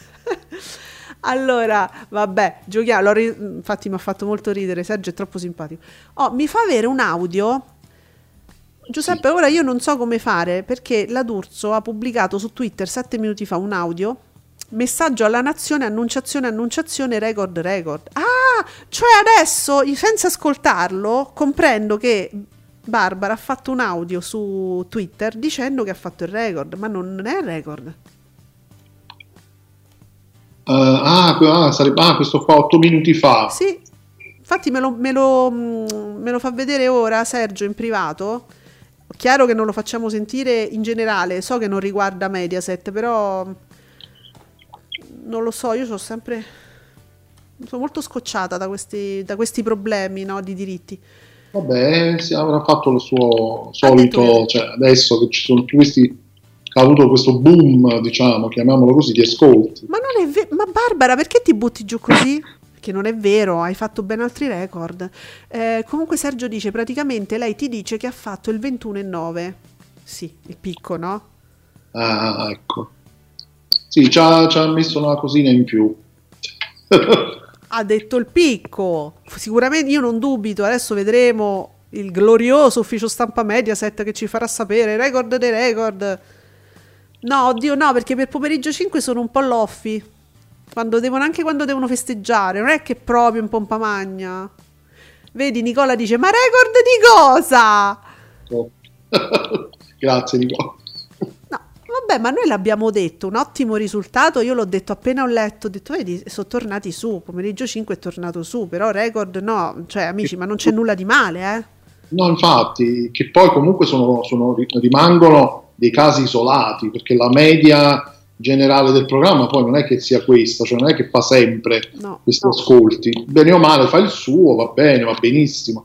Speaker 7: allora, vabbè, giochiamo, infatti mi ha fatto molto ridere, Sergio è troppo simpatico. Mi fa avere un audio. Giuseppe, ora io non so come fare, perché la D'Urso ha pubblicato su Twitter 7 minuti fa un audio, messaggio alla nazione, annunciazione, record. Cioè adesso, senza ascoltarlo, comprendo che Barbara ha fatto un audio su Twitter dicendo che ha fatto il record, ma non è il record.
Speaker 8: Sarebbe questo qua 8 minuti fa.
Speaker 7: Sì, infatti me lo fa vedere ora Sergio in privato. Chiaro che non lo facciamo sentire in generale, so che non riguarda Mediaset, però non lo so, io sono molto scocciata da questi problemi, no, di diritti.
Speaker 8: Vabbè, avrà fatto il suo solito, cioè adesso che ci sono questi, ha avuto questo boom, diciamo, chiamiamolo così, di ascolti. Ma non
Speaker 7: è vero, ma Barbara, perché ti butti giù così? Che non è vero, hai fatto ben altri record. Comunque Sergio dice, praticamente lei ti dice che ha fatto il 21,9. Sì, il picco, no?
Speaker 8: Ecco. Sì, ci ha messo una cosina in più.
Speaker 7: Ha detto il picco. Sicuramente, io non dubito, adesso vedremo il glorioso ufficio stampa Mediaset che ci farà sapere record dei record. No, oddio, no, perché per pomeriggio 5 sono un po' loffi. Anche quando devono festeggiare, non è che proprio in pompa magna. Vedi, Nicola dice: ma record di cosa?
Speaker 8: Grazie, Nicola.
Speaker 7: No, vabbè, ma noi l'abbiamo detto, un ottimo risultato. Io l'ho detto appena ho letto, ho detto, vedi, sono tornati su, pomeriggio 5 è tornato su, però record no, cioè amici, ma non c'è nulla di male, eh?
Speaker 8: No, infatti, che poi comunque rimangono dei casi isolati, perché la media generale del programma poi non è che sia questa, cioè non è che fa sempre questi ascolti, bene o male fa il suo, va bene, va benissimo,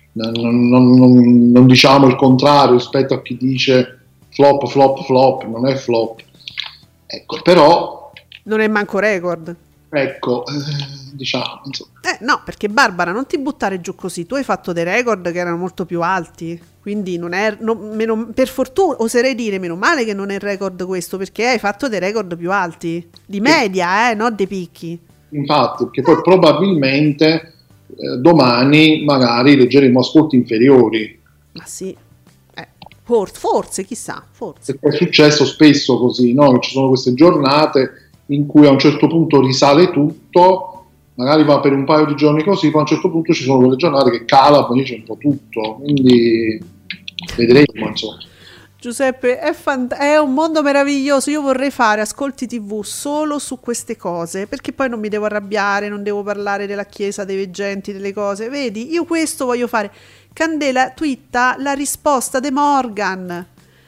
Speaker 8: non diciamo il contrario rispetto a chi dice flop, flop, flop, non è flop, ecco, però
Speaker 7: non è manco record, ecco,
Speaker 8: diciamo insomma.
Speaker 7: No, perché Barbara, non ti buttare giù così, tu hai fatto dei record che erano molto più alti, quindi per fortuna, oserei dire, meno male che non è il record questo, perché hai fatto dei record più alti, di media, non dei picchi.
Speaker 8: Infatti, perché poi probabilmente domani magari leggeremo ascolti inferiori.
Speaker 7: Ma sì, forse, chissà, forse.
Speaker 8: Perché è successo spesso così, no? Ci sono queste giornate in cui a un certo punto risale tutto, magari va per un paio di giorni così, poi a un certo punto ci sono quelle giornate che cala, poi c'è un po' tutto, quindi vedremo, insomma.
Speaker 7: Giuseppe, è un mondo meraviglioso, io vorrei fare ascolti TV solo su queste cose, perché poi non mi devo arrabbiare, non devo parlare della chiesa, dei veggenti, delle cose, vedi, io questo voglio fare. Candela twitta la risposta de Morgan.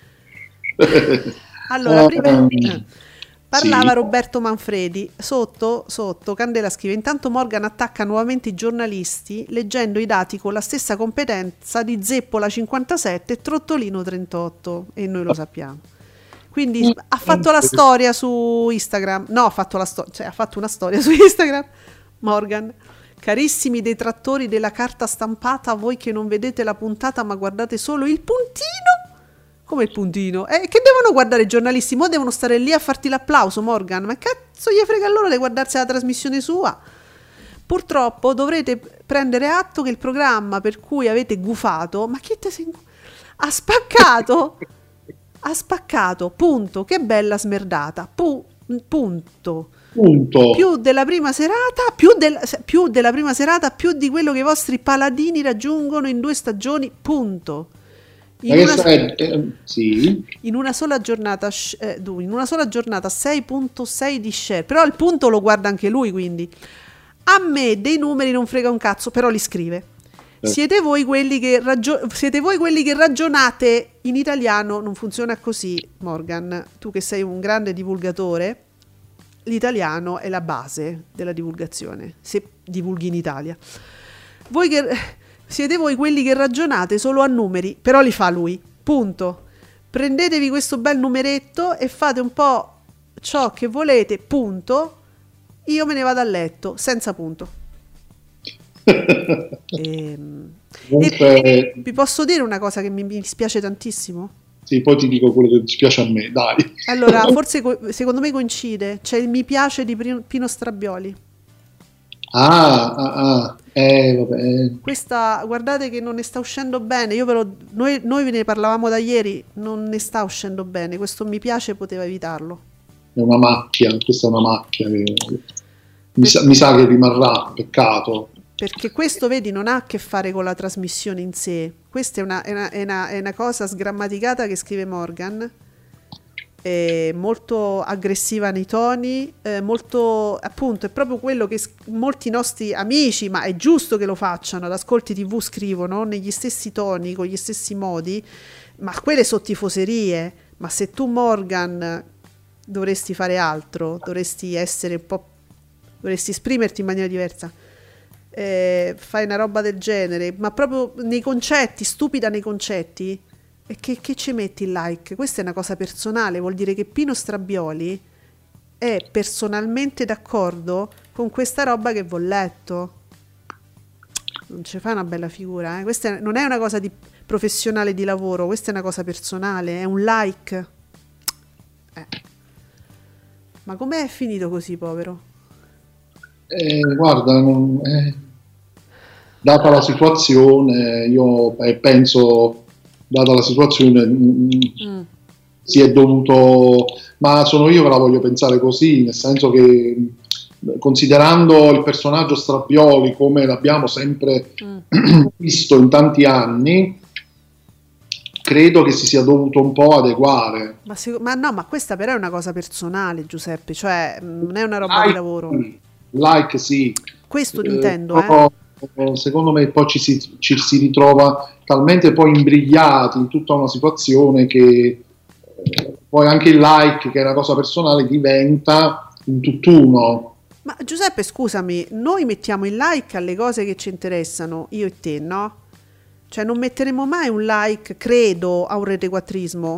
Speaker 7: Allora, prima... Parlava Roberto Manfredi, sotto Candela scrive: intanto Morgan attacca nuovamente i giornalisti leggendo i dati con la stessa competenza di Zeppola 57 e Trottolino 38, e noi lo sappiamo. Quindi ha fatto la storia su Instagram, ha fatto una storia su Instagram Morgan. Carissimi detrattori della carta stampata, voi che non vedete la puntata ma guardate solo il puntino. Come il puntino? Che devono guardare i giornalisti? Mo devono stare lì a farti l'applauso, Morgan. Ma cazzo gli frega loro di guardarsi la trasmissione sua? Purtroppo dovrete prendere atto che il programma per cui avete gufato, ma chi te sei... ha spaccato, punto. Che bella smerdata, punto. Più della prima serata, più di quello che i vostri paladini raggiungono in 2 stagioni, punto. In una sola giornata 6.6 di share, però il punto lo guarda anche lui, quindi a me dei numeri non frega un cazzo, però li scrive. Siete voi quelli che ragionate in italiano, non funziona così, Morgan, tu che sei un grande divulgatore, l'italiano è la base della divulgazione, se divulghi in Italia. Siete voi quelli che ragionate solo a numeri, però li fa lui, punto. Prendetevi questo bel numeretto e fate un po' ciò che volete, punto. Io me ne vado a letto, senza punto. E vi posso dire una cosa che mi dispiace tantissimo?
Speaker 8: Sì, poi ti dico quello che dispiace a me, dai.
Speaker 7: Allora, forse secondo me coincide, c'è il mi piace di Pino Strabioli.
Speaker 8: Vabbè.
Speaker 7: Questa, guardate che non ne sta uscendo bene. Noi ve ne parlavamo da ieri, non ne sta uscendo bene. Questo mi piace poteva evitarlo.
Speaker 8: È una macchia, questa è una macchia che mi sa che rimarrà, peccato.
Speaker 7: Perché questo, vedi, non ha a che fare con la trasmissione in sé. Questa è una cosa sgrammaticata che scrive Morgan. Molto aggressiva nei toni, molto, appunto, è proprio quello che molti nostri amici, ma è giusto che lo facciano, ad Ascolti TV scrivono negli stessi toni, con gli stessi modi, ma quelle sono tifoserie. Ma se tu, Morgan, dovresti fare altro, dovresti esprimerti in maniera diversa, fai una roba del genere, ma proprio nei concetti, stupida nei concetti. E che ci metti il like? Questa è una cosa personale, vuol dire che Pino Strabioli è personalmente d'accordo con questa roba che v'ho letto. Non ci fa una bella figura, eh? Questa non è una cosa di professionale di lavoro, questa è una cosa personale, è un like. Ma com'è finito così, povero?
Speaker 8: Guarda, data la situazione, io penso, data la situazione, si è dovuto, ma sono io che la voglio pensare così, nel senso che considerando il personaggio Strabioli come l'abbiamo sempre visto in tanti anni, credo che si sia dovuto un po' adeguare.
Speaker 7: Ma no, ma questa però è una cosa personale, Giuseppe, cioè non è una roba di lavoro.
Speaker 8: Like sì.
Speaker 7: Questo intendo,
Speaker 8: però, secondo me poi ci si ritrova talmente poi imbrigliati in tutta una situazione che poi anche il like, che è una cosa personale, diventa un tutt'uno.
Speaker 7: Ma Giuseppe, scusami, noi mettiamo il like alle cose che ci interessano, io e te, no? Cioè non metteremo mai un like, credo, a un retequattrismo,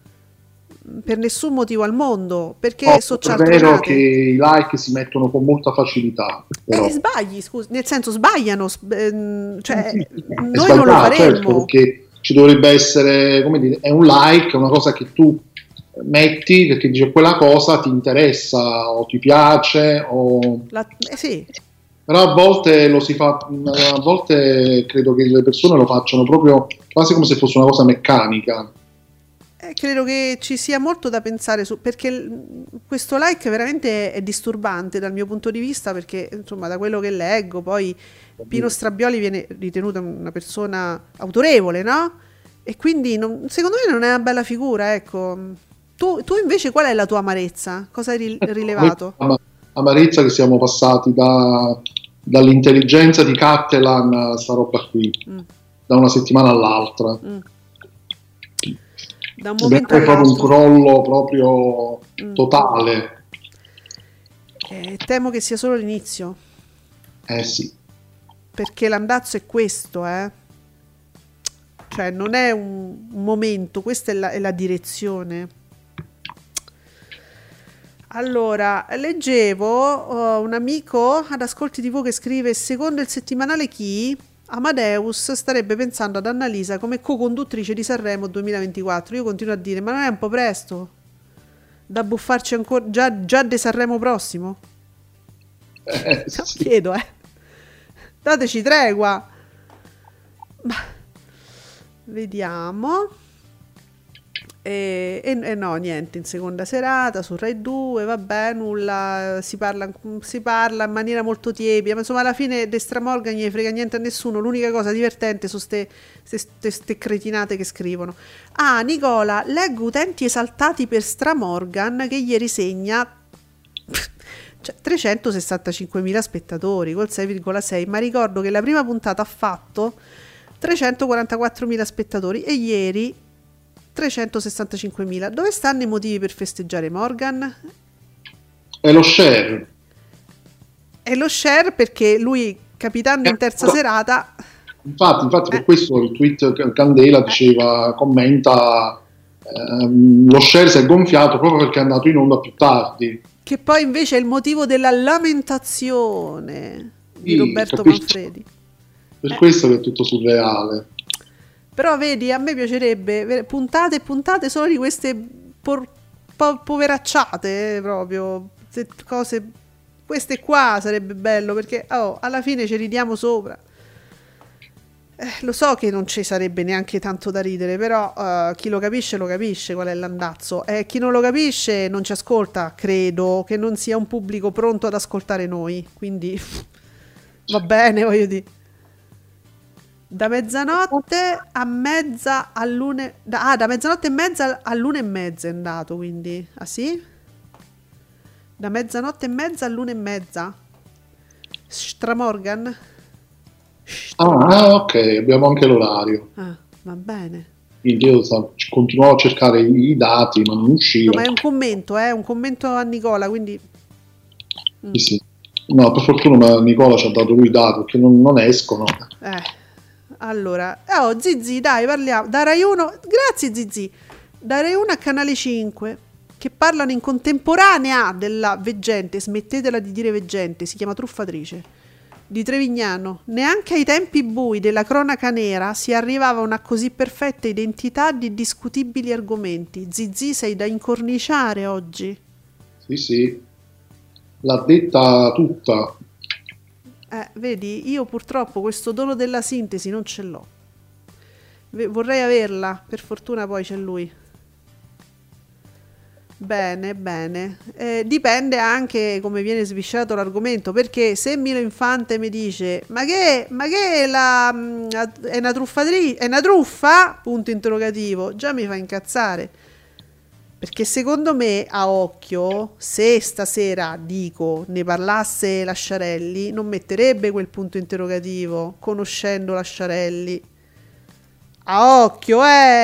Speaker 7: per nessun motivo al mondo, perché
Speaker 8: è vero che i like si mettono con molta facilità, però.
Speaker 7: Sbagli, scusa, nel senso sbagliano, cioè noi
Speaker 8: non
Speaker 7: lo faremmo,
Speaker 8: certo, perché ci dovrebbe essere, come dire, è un like, una cosa che tu metti perché dice quella cosa ti interessa o ti piace o
Speaker 7: sì.
Speaker 8: Però a volte lo si fa, a volte credo che le persone lo facciano proprio quasi come se fosse una cosa meccanica.
Speaker 7: Credo che ci sia molto da pensare su, perché questo like veramente è disturbante dal mio punto di vista, perché insomma da quello che leggo poi Pino Strabioli viene ritenuta una persona autorevole, no? E quindi secondo me non è una bella figura, ecco. Tu invece qual è la tua amarezza? Cosa hai rilevato?
Speaker 8: Amarezza che siamo passati dall'intelligenza di Cattelan a sta roba qui, da una settimana all'altra.
Speaker 7: Da un momento
Speaker 8: è proprio un crollo proprio totale.
Speaker 7: Temo che sia solo l'inizio.
Speaker 8: Sì.
Speaker 7: Perché l'andazzo è questo, cioè non è un momento, questa è la direzione. Allora, leggevo un amico ad Ascolti TV che scrive: secondo il settimanale Chi, Amadeus starebbe pensando ad Annalisa come co-conduttrice di Sanremo 2024. Io continuo a dire, ma non è un po' presto da buffarci ancora già di Sanremo prossimo?
Speaker 8: Sì.
Speaker 7: Chiedo, dateci tregua. Vediamo. E no, niente, in seconda serata su Rai 2, vabbè, nulla, si parla in maniera molto tiepida, ma insomma alla fine De Stramorgan gli frega niente a nessuno, l'unica cosa divertente sono ste cretinate che scrivono. Nicola, leggo utenti esaltati per Stramorgan che ieri segna 365.000 spettatori col 6,6, ma ricordo che la prima puntata ha fatto 344.000 spettatori e ieri 365.000. Dove stanno i motivi per festeggiare Morgan?
Speaker 8: È lo share.
Speaker 7: È lo share, perché lui, capitando in terza serata...
Speaker 8: Infatti per questo il tweet Candela diceva, commenta, lo share si è gonfiato proprio perché è andato in onda più tardi.
Speaker 7: Che poi invece è il motivo della lamentazione di Roberto Manfredi.
Speaker 8: Per questo che è tutto surreale.
Speaker 7: Però vedi, a me piacerebbe puntate e puntate solo di queste poveracciate, proprio cose, queste qua sarebbe bello, perché alla fine ci ridiamo sopra. Lo so che non ci sarebbe neanche tanto da ridere, però chi lo capisce qual è l'andazzo, chi non lo capisce non ci ascolta. Credo che non sia un pubblico pronto ad ascoltare noi, quindi va bene, voglio dire. Da mezzanotte a mezza all'una. Da mezzanotte e mezza all'una e mezza è andato, quindi. Ah sì? Da mezzanotte e mezza all'una e mezza. Stramorgan?
Speaker 8: Ok, abbiamo anche l'orario.
Speaker 7: Va bene.
Speaker 8: Quindi io continuavo a cercare i dati, ma non usciva.
Speaker 7: No, ma è un commento a Nicola, quindi.
Speaker 8: Sì. No, per fortuna Nicola ci ha dato lui i dati, perché non escono.
Speaker 7: Allora, Zizi, dai, parliamo. Da Rai 1, grazie Zizi. Da Rai 1 a Canale 5, che parlano in contemporanea della veggente, smettetela di dire veggente, si chiama truffatrice, di Trevignano. Neanche ai tempi bui della cronaca nera si arrivava a una così perfetta identità di discutibili argomenti. Zizi, sei da incorniciare oggi.
Speaker 8: Sì, l'ha detta tutta.
Speaker 7: Vedi, io purtroppo questo dono della sintesi non ce l'ho. Vorrei averla, per fortuna poi c'è lui. Bene, bene. Dipende anche come viene sviscerato l'argomento, perché se Milo Infante mi dice ma che è una truffatrice, è una truffa? Punto interrogativo, già mi fa incazzare. Perché secondo me, a occhio, se stasera, dico, ne parlasse Lasciarelli, non metterebbe quel punto interrogativo, conoscendo Lasciarelli. A occhio,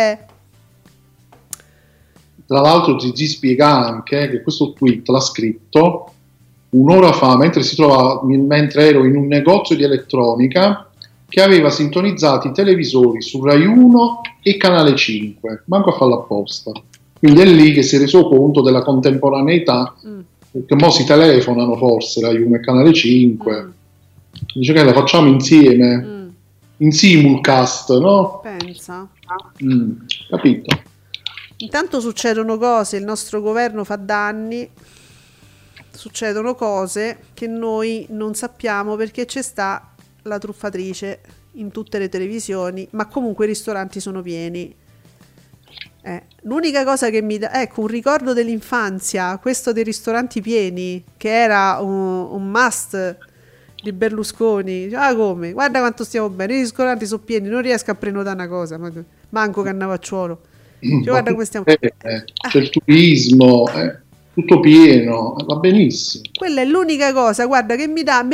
Speaker 8: Tra l'altro Zizi spiega anche che questo tweet l'ha scritto un'ora fa, mentre ero in un negozio di elettronica che aveva sintonizzati i televisori su Rai 1 e Canale 5, manco a farlo apposta. Quindi è lì che si è reso conto della contemporaneità, che mo si telefonano forse Rai 1 e Canale 5. Dice che la facciamo insieme, in simulcast, no?
Speaker 7: Pensa.
Speaker 8: Capito?
Speaker 7: Intanto succedono cose, il nostro governo fa danni, succedono cose che noi non sappiamo perché c'è sta la truffatrice in tutte le televisioni, ma comunque i ristoranti sono pieni. L'unica cosa che mi dà, ecco, un ricordo dell'infanzia, questo dei ristoranti pieni, che era un must di Berlusconi. Come? Guarda quanto stiamo bene, i ristoranti sono pieni, non riesco a prenotare una cosa, manco Cannavacciuolo. Guarda come stiamo...
Speaker 8: c'è il turismo, tutto pieno, va benissimo.
Speaker 7: Quella è l'unica cosa, guarda, che mi dà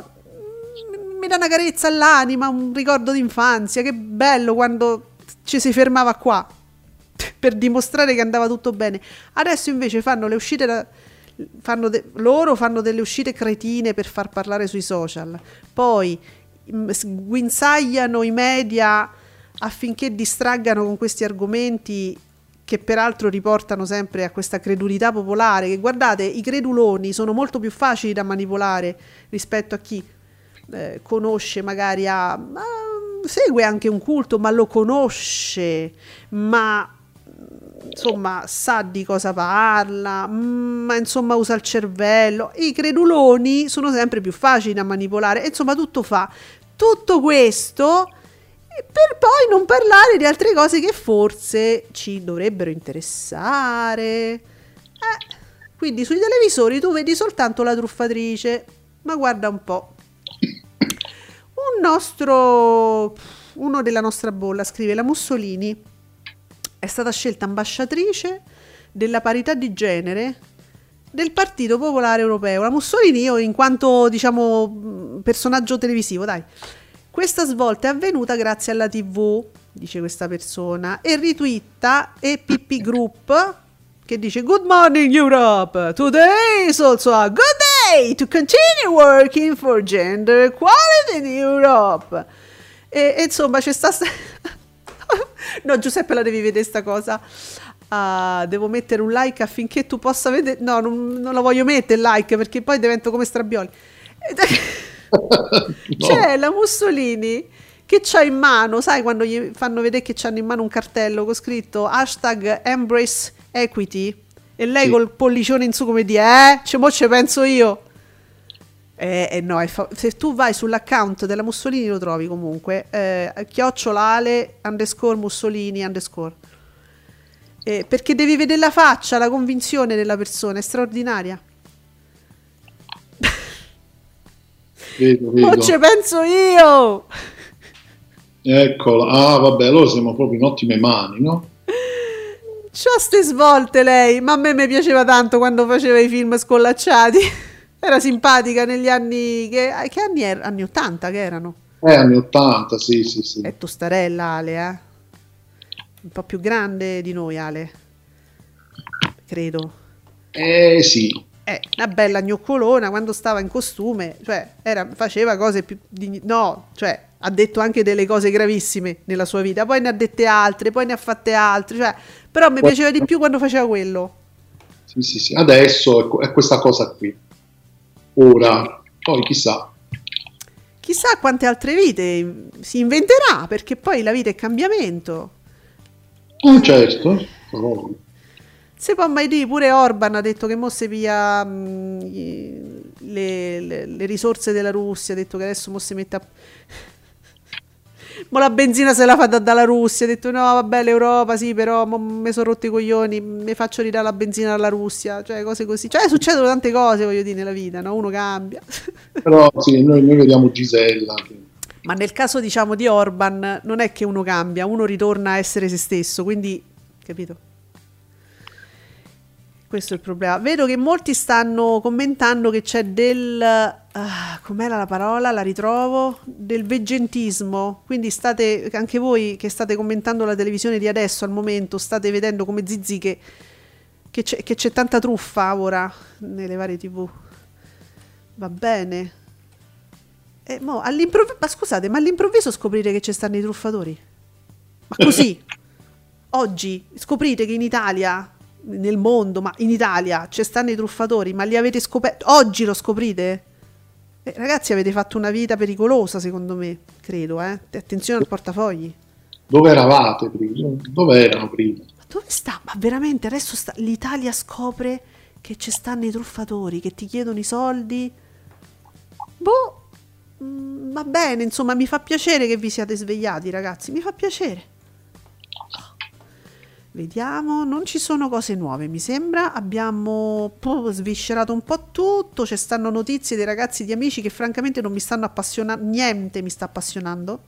Speaker 7: una carezza all'anima, un ricordo d'infanzia. Che bello quando ci si fermava qua per dimostrare che andava tutto bene. Adesso invece fanno le uscite loro fanno delle uscite cretine per far parlare sui social, poi guinzagliano i media affinché distraggano con questi argomenti che peraltro riportano sempre a questa credulità popolare, che guardate, i creduloni sono molto più facili da manipolare rispetto a chi conosce, magari segue anche un culto, ma lo conosce, ma insomma sa di cosa parla, ma insomma usa il cervello. I creduloni sono sempre più facili da manipolare, e insomma tutto questo per poi non parlare di altre cose che forse ci dovrebbero interessare. Quindi sui televisori tu vedi soltanto la truffatrice, ma guarda un po'. Uno della nostra bolla scrive: la Mussolini è stata scelta ambasciatrice della parità di genere del Partito Popolare Europeo. La Mussolini, io in quanto diciamo personaggio televisivo, dai, questa svolta è avvenuta grazie alla TV, dice questa persona, e ritwitta EPP Group che dice: Good morning Europe, today is also a good day to continue working for gender equality in Europe. E insomma c'è no, Giuseppe, la devi vedere sta cosa. Devo mettere un like affinché tu possa vedere. No, non lo voglio mettere il like perché poi divento come Strabioli. No. C'è la Mussolini che c'ha in mano, sai, quando gli fanno vedere che c'hanno in mano un cartello con scritto #Embrace Equity, e lei col pollicione in su come dire mo ce penso io. No, se tu vai sull'account della Mussolini lo trovi comunque, @Ale_Mussolini_, perché devi vedere la faccia, la convinzione della persona, è straordinaria.
Speaker 8: Vedo.
Speaker 7: Non ci penso io.
Speaker 8: Eccola, vabbè, allora siamo proprio in ottime mani, no?
Speaker 7: C'ha ste svolte lei, ma a me mi piaceva tanto quando faceva i film scollacciati. Era simpatica negli anni che anni erano? Anni 80 che erano?
Speaker 8: Anni 80, sì.
Speaker 7: È tostarella Ale, un po' più grande di noi Ale, credo.
Speaker 8: Sì.
Speaker 7: Una bella gnoccolona quando stava in costume, cioè faceva cose più ha detto anche delle cose gravissime nella sua vita, poi ne ha dette altre, poi ne ha fatte altre, però mi piaceva di più quando faceva quello.
Speaker 8: Sì, adesso è questa cosa qui. Ora, poi chissà
Speaker 7: quante altre vite si inventerà, perché poi la vita è cambiamento.
Speaker 8: Certo.
Speaker 7: Se può mai dire, pure Orban ha detto che mo si piglia le risorse della Russia, ha detto che adesso mo si mette a... Mo la benzina se la fa dalla Russia, ha detto no vabbè l'Europa sì, però mi sono rotti i coglioni, mi faccio ridare la benzina dalla Russia, cioè cose così, cioè succedono tante cose, voglio dire, nella vita, no? Uno cambia.
Speaker 8: Però sì, noi vediamo Gisella.
Speaker 7: Ma nel caso diciamo di Orban non è che uno cambia, uno ritorna a essere se stesso, quindi capito? Questo è il problema. Vedo che molti stanno commentando che c'è com'era la parola? La ritrovo? Del veggentismo. Quindi state, anche voi che state commentando la televisione di adesso al momento, state vedendo come Zizi che c'è tanta truffa ora nelle varie TV. Va bene. Ma scusate, ma all'improvviso scoprire che ci stanno i truffatori? Ma così? Oggi scoprite che in Italia... nel mondo, ma in Italia ci stanno i truffatori, ma li avete scoperti oggi, lo scoprite? Ragazzi, avete fatto una vita pericolosa, secondo me, credo, attenzione al portafogli.
Speaker 8: Dove eravate prima? Dove erano prima?
Speaker 7: Ma dove sta? Ma veramente adesso l'Italia scopre che ci stanno i truffatori, che ti chiedono i soldi. Va bene, insomma, mi fa piacere che vi siate svegliati, ragazzi, mi fa piacere. Vediamo, non ci sono cose nuove, mi sembra. Abbiamo sviscerato un po' tutto. Ci stanno notizie dei ragazzi di Amici che francamente non mi stanno appassionando. Niente mi sta appassionando.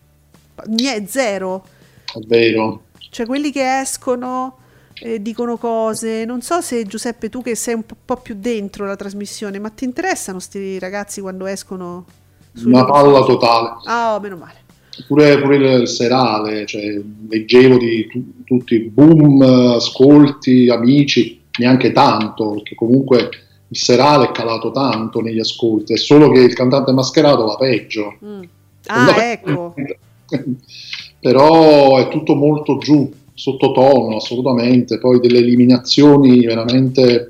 Speaker 7: Zero.
Speaker 8: È vero.
Speaker 7: Cioè quelli che escono dicono cose. Non so se Giuseppe, tu che sei un po' più dentro la trasmissione, ma ti interessano sti ragazzi quando escono?
Speaker 8: Una palla totale.
Speaker 7: Ah, meno male.
Speaker 8: Pure il serale, cioè, leggevo di tutti boom, ascolti, Amici, neanche tanto, perché comunque il serale è calato tanto negli ascolti, è solo che il cantante mascherato va peggio.
Speaker 7: Ecco.
Speaker 8: Però è tutto molto giù, sottotono, assolutamente, poi delle eliminazioni veramente...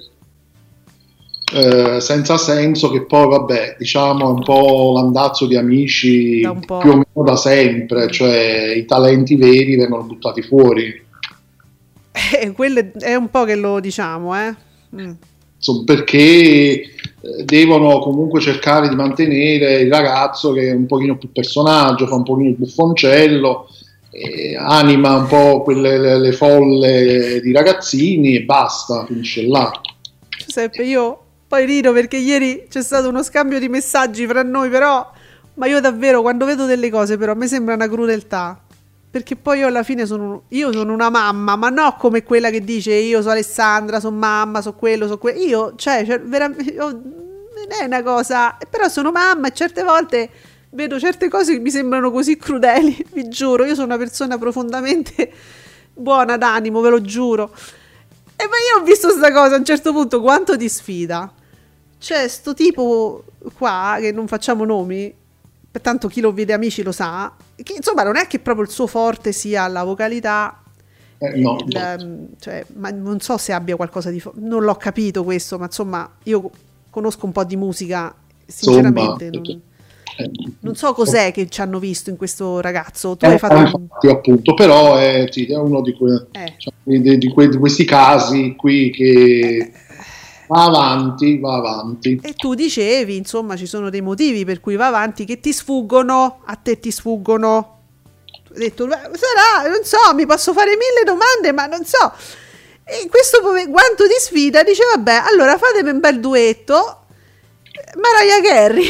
Speaker 8: senza senso, che poi vabbè, diciamo è un po' l'andazzo di Amici più o meno da sempre, cioè i talenti veri vengono buttati fuori.
Speaker 7: Quello è un po' che lo diciamo,
Speaker 8: Insomma, perché devono comunque cercare di mantenere il ragazzo che è un pochino più personaggio, fa un pochino il buffoncello, anima un po' le folle di ragazzini e basta, finisce là.
Speaker 7: Giuseppe, io poi rido perché ieri c'è stato uno scambio di messaggi fra noi, però, ma io davvero quando vedo delle cose però mi sembra una crudeltà, perché poi io alla fine sono una mamma, ma no come quella che dice io sono Alessandra, sono mamma, sono quello, io, cioè veramente, non è una cosa, però sono mamma e certe volte vedo certe cose che mi sembrano così crudeli, vi giuro, io sono una persona profondamente buona d'animo, ve lo giuro. E ma io ho visto sta cosa a un certo punto, quanto ti sfida. C'è sto tipo qua, che non facciamo nomi, pertanto chi lo vede Amici lo sa, che insomma non è che proprio il suo forte sia la vocalità,
Speaker 8: no.
Speaker 7: Cioè, ma non so se abbia qualcosa di... non l'ho capito questo, ma insomma io conosco un po' di musica, sinceramente non so cos'è che ci hanno visto in questo ragazzo. Tu hai fatto
Speaker 8: infatti, appunto, però è uno di questi casi qui che va avanti.
Speaker 7: E tu dicevi, insomma, ci sono dei motivi per cui va avanti che ti sfuggono, a te ti sfuggono. Tu hai detto, sarà, non so, mi posso fare 1000 domande, ma non so. E questo guanto di sfida dice, vabbè, allora fatemi un bel duetto, Mariah Carey.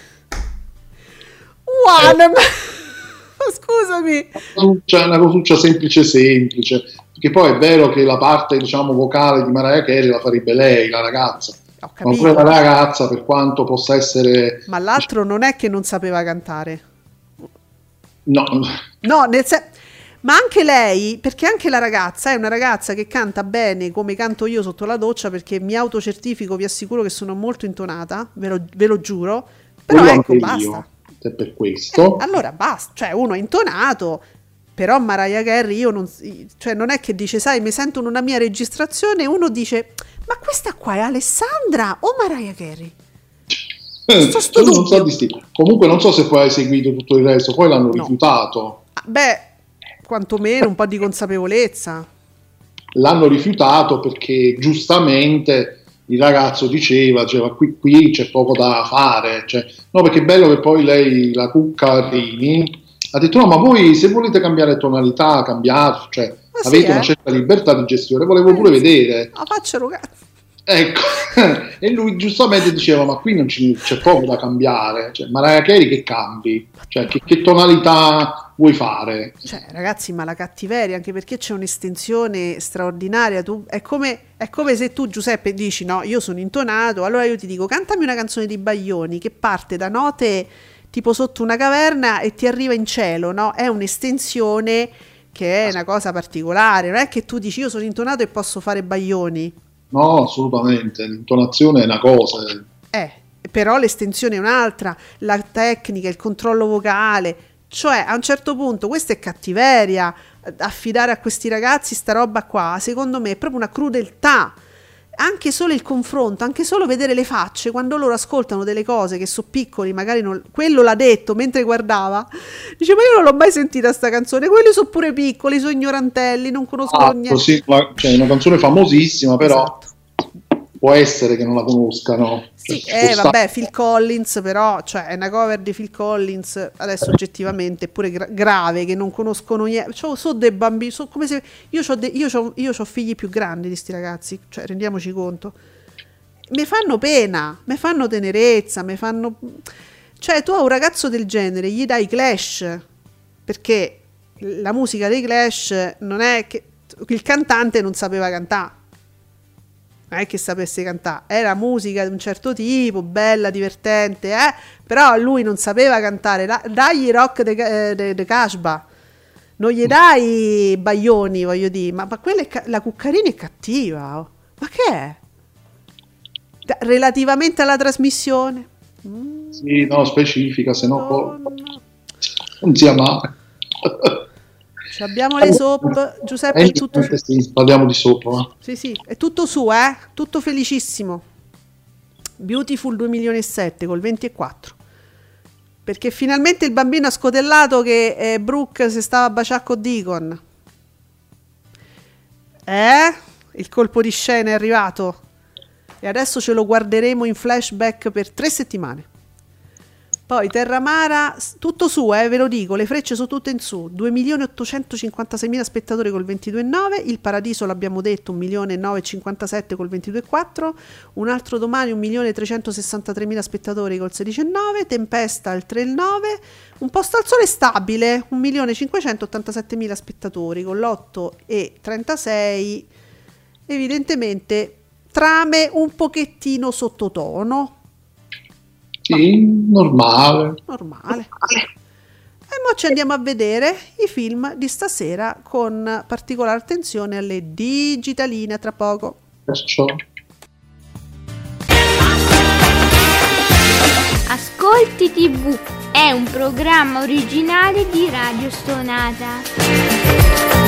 Speaker 7: Scusami,
Speaker 8: c'è una cosuccia semplice, perché poi è vero che la parte, diciamo, vocale di Mariah Carey la farebbe lei, la ragazza, ma pure la ragazza, per quanto possa essere,
Speaker 7: ma l'altro non è che non sapeva cantare,
Speaker 8: no,
Speaker 7: ma anche lei, perché anche la ragazza è una ragazza che canta bene come canto io sotto la doccia, perché mi autocertifico, vi assicuro che sono molto intonata, ve lo giuro, però ecco, basta.
Speaker 8: Per questo
Speaker 7: allora basta, cioè uno è intonato, però Mariah Carey io non è che dice, sai, mi sento in una mia registrazione, uno dice, ma questa qua è Alessandra o Mariah Carey?
Speaker 8: Non so comunque non so se poi hai seguito tutto il resto, poi l'hanno rifiutato.
Speaker 7: Beh, quantomeno un po' di consapevolezza.
Speaker 8: l'hanno rifiutato perché giustamente il ragazzo diceva qui c'è poco da fare, cioè, no, perché è bello che poi lei, la Cuccarini, ha detto no, ma voi se volete cambiare tonalità, cambiate, cioè avete una certa libertà di gestione, volevo pure vedere.
Speaker 7: Ma facciano cazzo.
Speaker 8: Ecco, e lui giustamente diceva ma qui non c'è poco da cambiare, cioè Mariah Carey che cambi, cioè che tonalità vuoi fare?
Speaker 7: Cioè ragazzi, ma la cattiveria, anche perché c'è un'estensione straordinaria, è come se tu, Giuseppe, dici no, io sono intonato, allora io ti dico cantami una canzone di Baglioni che parte da note tipo sotto una caverna e ti arriva in cielo, no? È un'estensione che è una cosa particolare, non è che tu dici io sono intonato e posso fare Baglioni.
Speaker 8: No, assolutamente, l'intonazione è una cosa.
Speaker 7: Però l'estensione è un'altra, la tecnica, il controllo vocale, cioè a un certo punto questa è cattiveria, affidare a questi ragazzi sta roba qua, secondo me è proprio una crudeltà. Anche solo il confronto, anche solo vedere le facce quando loro ascoltano delle cose che sono piccoli, magari quello l'ha detto mentre guardava, dice ma io non l'ho mai sentita sta canzone, quelli sono pure piccoli, sono ignorantelli, non conoscono niente.
Speaker 8: Sì, cioè, una canzone famosissima, però esatto. Può essere che non la conoscano.
Speaker 7: Sì, vabbè, Phil Collins, però, cioè è una cover di Phil Collins, adesso oggettivamente è pure grave, che non conoscono niente. Sono dei bambini, come se io ho figli più grandi di sti ragazzi, cioè rendiamoci conto. Mi fanno pena, mi fanno tenerezza, cioè tu a un ragazzo del genere gli dai Clash, perché la musica dei Clash non è che il cantante non sapeva cantare. Non è che sapesse cantare, era musica di un certo tipo, bella, divertente, però lui non sapeva cantare. Dagli Rock de Casbah, non gli dai Baglioni, voglio dire, ma quella la Cuccarini è cattiva, oh. Ma che è? Relativamente alla trasmissione?
Speaker 8: Sì, no, specifica, se no non sia male.
Speaker 7: Abbiamo le soap, Giuseppe, è tutto su.
Speaker 8: Sì, parliamo di soap.
Speaker 7: Sì, è tutto su, tutto felicissimo. Beautiful 2007 col 24. Perché finalmente il bambino ha scotellato che Brooke si stava a baciare con Deacon. Il colpo di scena è arrivato. E adesso ce lo guarderemo in flashback per 3 settimane. Poi Terramara, tutto su, ve lo dico, le frecce sono tutte in su, 2.856.000 spettatori col 22,9, Il Paradiso l'abbiamo detto, 1.957.000 col 22,4, Un altro domani 1.363.000 spettatori col 16,9, Tempesta il 3,9, Un posto al sole stabile, 1.587.000 spettatori con l'8,36, evidentemente trame un pochettino sottotono.
Speaker 8: Sì, normale.
Speaker 7: E mo ci andiamo a vedere i film di stasera con particolare attenzione alle digitaline tra poco.
Speaker 6: Ascolti TV è un programma originale di Radio Stonata.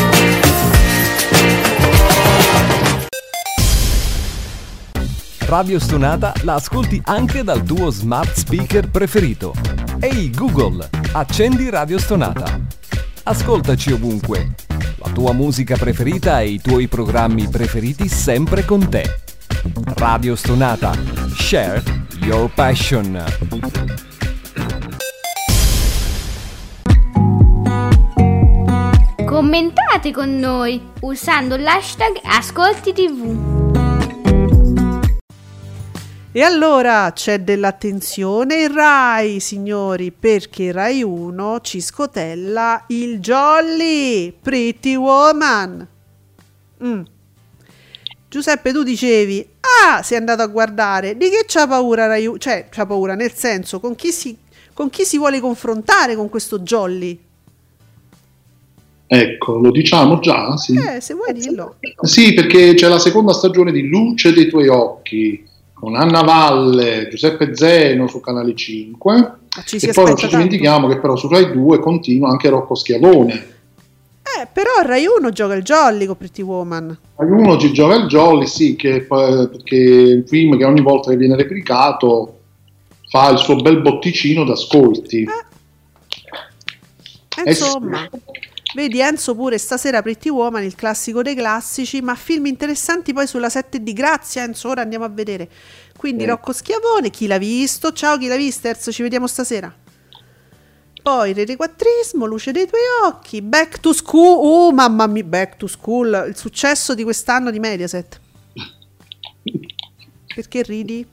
Speaker 9: Radio Stonata la ascolti anche dal tuo smart speaker preferito. Ehi Google, accendi Radio Stonata. Ascoltaci ovunque. La tua musica preferita e i tuoi programmi preferiti sempre con te. Radio Stonata. Share your passion.
Speaker 6: Commentate con noi usando l'hashtag Ascolti TV.
Speaker 7: E allora c'è dell'attenzione in Rai, signori, perché Rai 1 ci scotella il Jolly Pretty Woman. Giuseppe, tu dicevi, sei andato a guardare, di che c'ha paura Rai 1? Cioè, c'ha paura nel senso, con chi si vuole confrontare con questo Jolly?
Speaker 8: Ecco, lo diciamo già, sì.
Speaker 7: Se vuoi dillo.
Speaker 8: Sì, perché c'è la seconda stagione di Luce dei tuoi occhi, con Anna Valle, Giuseppe Zeno su Canale 5, e poi non ci dimentichiamo che però su Rai 2 continua anche Rocco Schiavone.
Speaker 7: Però Rai 1 gioca il Jolly con Pretty Woman.
Speaker 8: Rai 1 ci gioca il Jolly, sì, perché è un film che ogni volta che viene replicato fa il suo bel botticino d'ascolti.
Speaker 7: Insomma, Vedi Enzo pure stasera Pretty Woman, il classico dei classici, ma film interessanti poi sulla 7D. Grazie Enzo, ora andiamo a vedere. Quindi Rocco Schiavone, chi l'ha visto? Ciao, chi l'ha visto? Terzo, ci vediamo stasera. Poi Retequattrismo, Luce dei tuoi occhi, Back to School, oh mamma mia, Back to School, il successo di quest'anno di Mediaset. Perché ridi?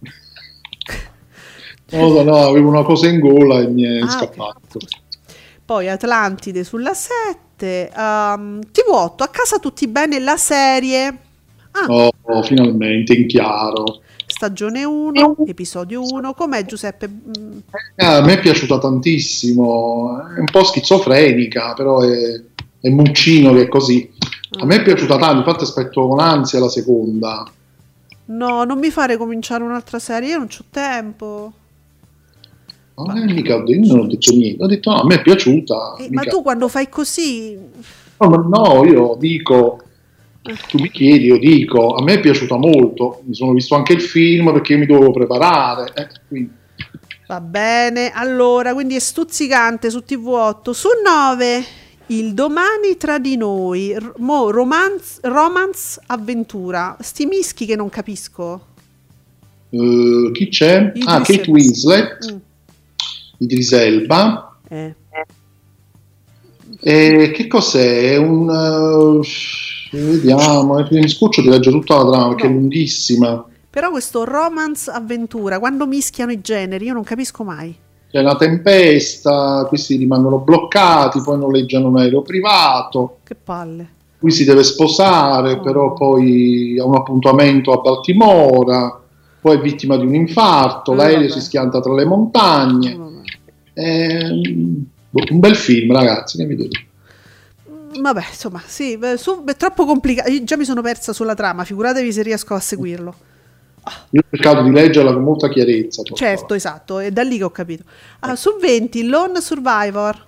Speaker 8: No, avevo una cosa in gola e mi è scappato.
Speaker 7: Poi Atlantide sulla 7, TV8, A casa tutti bene, la serie.
Speaker 8: Oh, finalmente, in chiaro.
Speaker 7: Stagione 1, episodio 1, com'è Giuseppe?
Speaker 8: A me è piaciuta tantissimo, è un po' schizofrenica, però è Muccino che è così. A me è piaciuta tanto, infatti aspetto con ansia la seconda.
Speaker 7: No, non mi fare cominciare un'altra serie, io non c'ho tempo.
Speaker 8: Mica io non ho detto niente, ho detto no, a me è piaciuta.
Speaker 7: Ma tu quando fai così...
Speaker 8: No, io dico... Tu mi chiedi, io dico, a me è piaciuta molto, mi sono visto anche il film perché io mi dovevo preparare. Quindi.
Speaker 7: Va bene, allora, quindi è stuzzicante su TV8. Su 9, Il domani tra di noi, romance avventura. Sti mischi che non capisco.
Speaker 8: Chi c'è? Kate Winslet, Idris Elba. Che cos'è? Vediamo, mi scoccio di leggere tutta la trama perché è lunghissima.
Speaker 7: Però questo romance avventura, quando mischiano i generi, io non capisco mai.
Speaker 8: C'è una tempesta, questi rimangono bloccati, poi noleggiano un aereo privato.
Speaker 7: Che palle.
Speaker 8: Qui si deve sposare, però poi ha un appuntamento a Baltimora, poi è vittima di un infarto, l'aereo si schianta tra le montagne. Un bel film, ragazzi, che vi devo dire.
Speaker 7: Vabbè, insomma, sì, è troppo complicato. Io già mi sono persa sulla trama, figuratevi se riesco a seguirlo.
Speaker 8: Io ho cercato di leggerla con molta chiarezza.
Speaker 7: Certo, esatto, è da lì che ho capito. Su 20, Lone Survivor.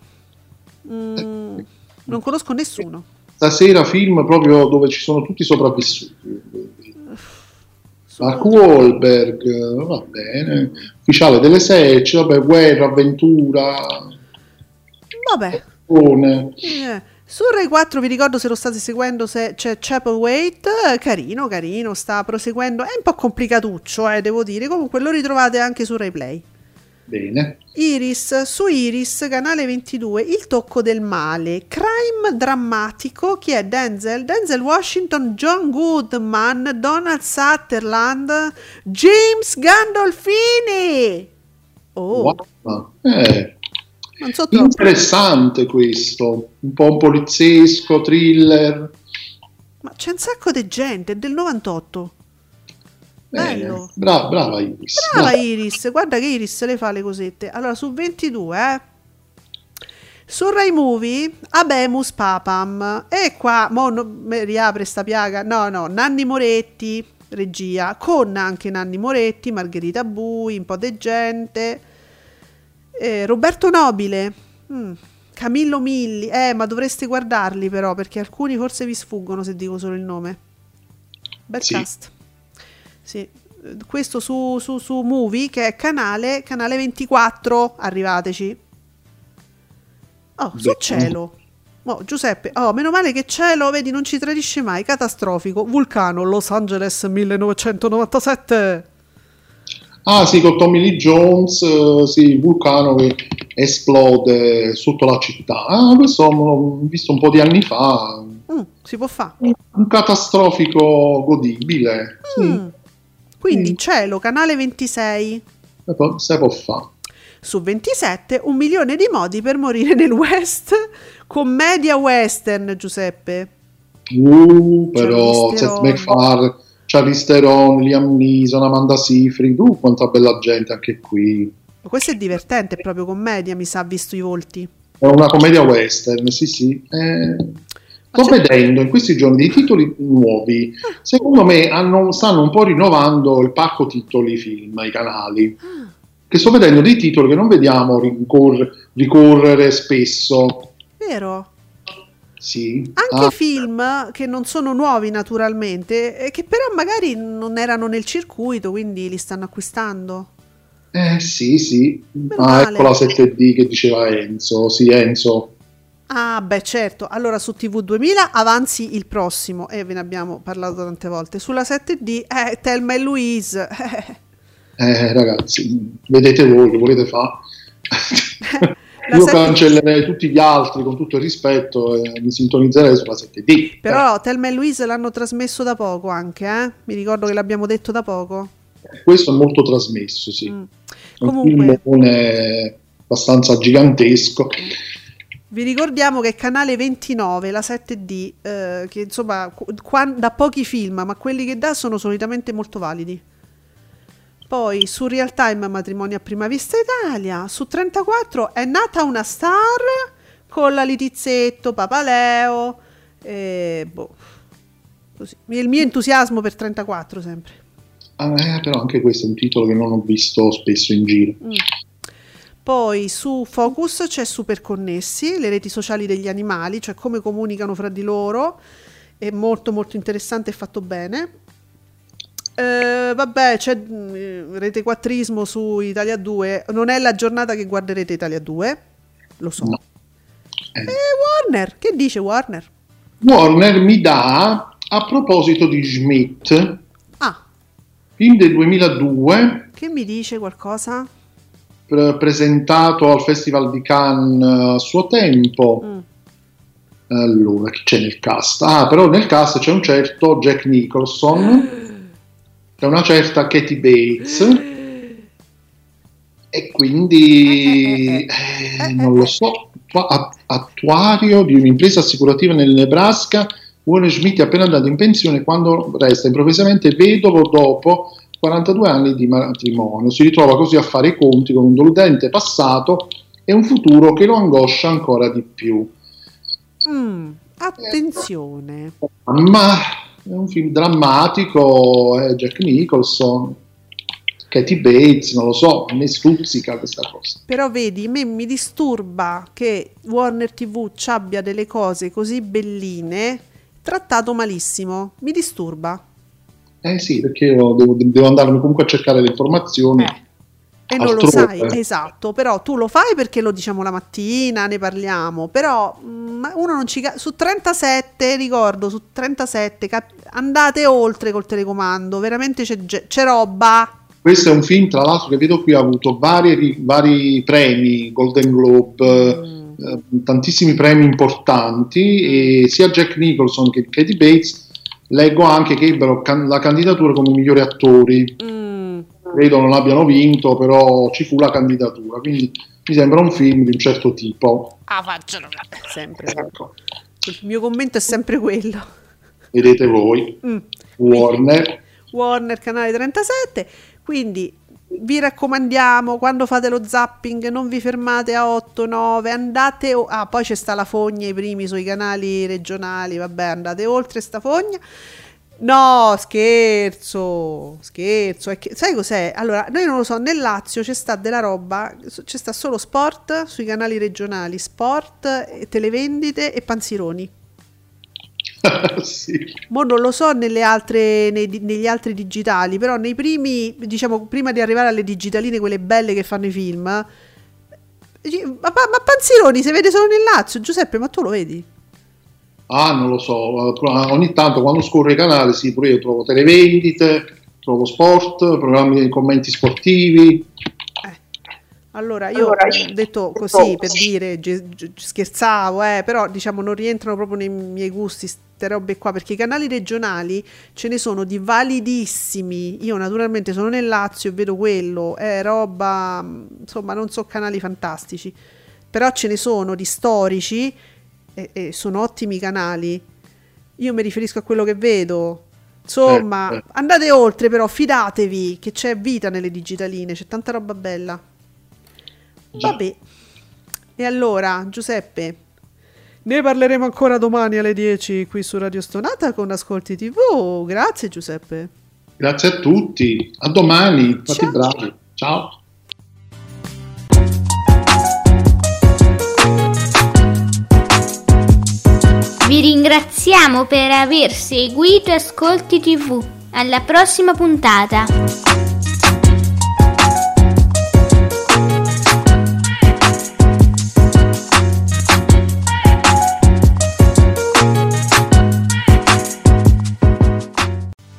Speaker 7: Non conosco nessuno.
Speaker 8: Stasera film proprio dove ci sono tutti sopravvissuti. Mark Wahlberg, va bene. Ufficiale delle 6, vabbè, guerra, avventura.
Speaker 7: Vabbè. Su Rai 4 vi ricordo, se lo state seguendo, se c'è Chapelwaite, carino, sta proseguendo, è un po' complicatuccio, devo dire, comunque lo ritrovate anche su Rai Play.
Speaker 8: Bene.
Speaker 7: Iris, su Iris, canale 22, Il tocco del male, crime drammatico, chi è? Denzel Washington, John Goodman, Donald Sutherland, James Gandolfini.
Speaker 8: Wow. Interessante questo, un po' un poliziesco, thriller.
Speaker 7: Ma c'è un sacco di gente, è del 98. Bello.
Speaker 8: Brava Iris.
Speaker 7: Iris, guarda che Iris le fa le cosette. Allora, su 22, su Rai Movie, Abemus Papam. E qua, riapre sta piaga. No, Nanni Moretti, regia, con anche Nanni Moretti, Margherita Bui, un po' di gente. Roberto Nobile, Camillo Milli, ma dovreste guardarli però, perché alcuni forse vi sfuggono se dico solo il nome. Bel cast. Sì. Questo su Movie, che è canale 24, arrivateci. Su Cielo. Giuseppe, meno male che Cielo, vedi, non ci tradisce mai. Catastrofico, Vulcano, Los Angeles 1997.
Speaker 8: Sì, con Tommy Lee Jones, il vulcano che esplode sotto la città. Questo l'ho visto un po' di anni fa.
Speaker 7: Si può fare.
Speaker 8: Un catastrofico godibile.
Speaker 7: Quindi Cielo, canale 26.
Speaker 8: Se può fare.
Speaker 7: Su 27, 1 milione di modi per morire nel West. Commedia western, Giuseppe.
Speaker 8: Però Seth MacFarlane, Charlize Theron, Liam Neeson, Amanda Seyfried, quanta bella gente anche qui.
Speaker 7: Ma questo è divertente, è proprio commedia, mi sa, visto i volti.
Speaker 8: È una commedia western, sì. Sto vedendo in questi giorni dei titoli nuovi. Secondo me stanno un po' rinnovando il parco titoli film, i canali. Che sto vedendo dei titoli che non vediamo ricorrere spesso.
Speaker 7: Vero?
Speaker 8: Sì.
Speaker 7: Anche film che non sono nuovi naturalmente, che però magari non erano nel circuito, quindi li stanno acquistando.
Speaker 8: Sì. Ecco la 7D che diceva Enzo. Sì, Enzo.
Speaker 7: Ah, beh, certo. Allora su TV 2000 avanzi il prossimo, e ve ne abbiamo parlato tante volte. Sulla 7D, Thelma e Louise.
Speaker 8: Ragazzi, vedete voi che volete fare. Io cancellerei tutti gli altri con tutto il rispetto e mi sintonizzerei sulla 7D.
Speaker 7: Però Thelma e Louise l'hanno trasmesso da poco anche, Mi ricordo che l'abbiamo detto da poco.
Speaker 8: Questo è molto trasmesso, sì.
Speaker 7: Comunque,
Speaker 8: un film abbastanza gigantesco.
Speaker 7: Vi ricordiamo che è canale 29, la 7D, che insomma da pochi film, ma quelli che dà sono solitamente molto validi. Poi su Real Time Matrimonio a prima vista Italia, su 34 È nata una star con la Litizzetto, Papaleo, così. Il mio entusiasmo per 34 sempre.
Speaker 8: Però anche questo è un titolo che non ho visto spesso in giro.
Speaker 7: Poi su Focus c'è Super Connessi, le reti sociali degli animali, cioè come comunicano fra di loro, è molto molto interessante e fatto bene. Vabbè, c'è Rete Quattrismo su Italia 2, non è la giornata che guarderete Italia 2, lo so.
Speaker 8: No.
Speaker 7: Warner, che dice Warner?
Speaker 8: Warner mi dà, a proposito di Schmidt, film del 2002.
Speaker 7: Che mi dice qualcosa?
Speaker 8: Presentato al Festival di Cannes a suo tempo. Allora, chi c'è nel cast? Però nel cast c'è un certo Jack Nicholson, c'è una certa Katie Bates, e quindi non lo so, attuario di un'impresa assicurativa nel Nebraska. Warner Schmidt è appena andato in pensione quando resta improvvisamente vedovo dopo 42 anni di matrimonio. Si ritrova così a fare i conti con un deludente passato e un futuro che lo angoscia ancora di più.
Speaker 7: Attenzione.
Speaker 8: Ma è un film drammatico, Jack Nicholson, Katie Bates, non lo so, a me stuzzica questa cosa.
Speaker 7: Però vedi, me mi disturba che Warner TV abbia delle cose così belline trattato malissimo, mi disturba.
Speaker 8: Sì, perché io devo andarmi comunque a cercare le informazioni.
Speaker 7: E non lo sai, esatto, però tu lo fai perché lo diciamo la mattina, ne parliamo, però uno non ci su 37, ricordo, su 37 andate oltre col telecomando, veramente c'è roba.
Speaker 8: Questo è un film, tra l'altro, che vedo qui ha avuto vari premi, Golden Globe, tantissimi premi importanti, e sia Jack Nicholson che Katie Bates leggo anche che ebbero la candidatura come migliori attori. Credo non abbiano vinto, però ci fu la candidatura, quindi mi sembra un film di un certo tipo.
Speaker 7: Facciano sempre. Ecco. Il mio commento è sempre quello.
Speaker 8: Vedete voi.
Speaker 7: Warner canale 37. Quindi vi raccomandiamo, quando fate lo zapping non vi fermate a 8, 9, andate poi c'è sta la fogna, i primi sui canali regionali, vabbè, andate oltre sta fogna. No, scherzo, sai cos'è? Allora, noi non lo so, nel Lazio c'è sta della roba, c'è sta solo sport sui canali regionali, sport, televendite e panzironi.
Speaker 8: Sì.
Speaker 7: Mo non lo so negli altri digitali, però nei primi, diciamo, prima di arrivare alle digitaline, quelle belle che fanno i film, ma panzironi si vede solo nel Lazio, Giuseppe, ma tu lo vedi?
Speaker 8: Non lo so, ogni tanto quando scorre i canali, sì, pure io trovo televendite, trovo sport, programmi di commenti sportivi.
Speaker 7: Allora, io ho detto così per dire, scherzavo, però diciamo non rientrano proprio nei miei gusti ste robe qua, perché i canali regionali ce ne sono di validissimi. Io naturalmente sono nel Lazio e vedo quello, è roba, insomma, non so, canali fantastici, però ce ne sono di storici e sono ottimi canali. Io mi riferisco a quello che vedo. Insomma, andate oltre, però fidatevi che c'è vita nelle digitaline, c'è tanta roba bella. Vabbè, e allora Giuseppe, ne parleremo ancora domani alle 10 qui su Radio Stonata con Ascolti TV. Grazie Giuseppe.
Speaker 8: Grazie a tutti, a domani, fate bravi, ciao.
Speaker 6: Vi ringraziamo per aver seguito Ascolti TV. Alla prossima puntata.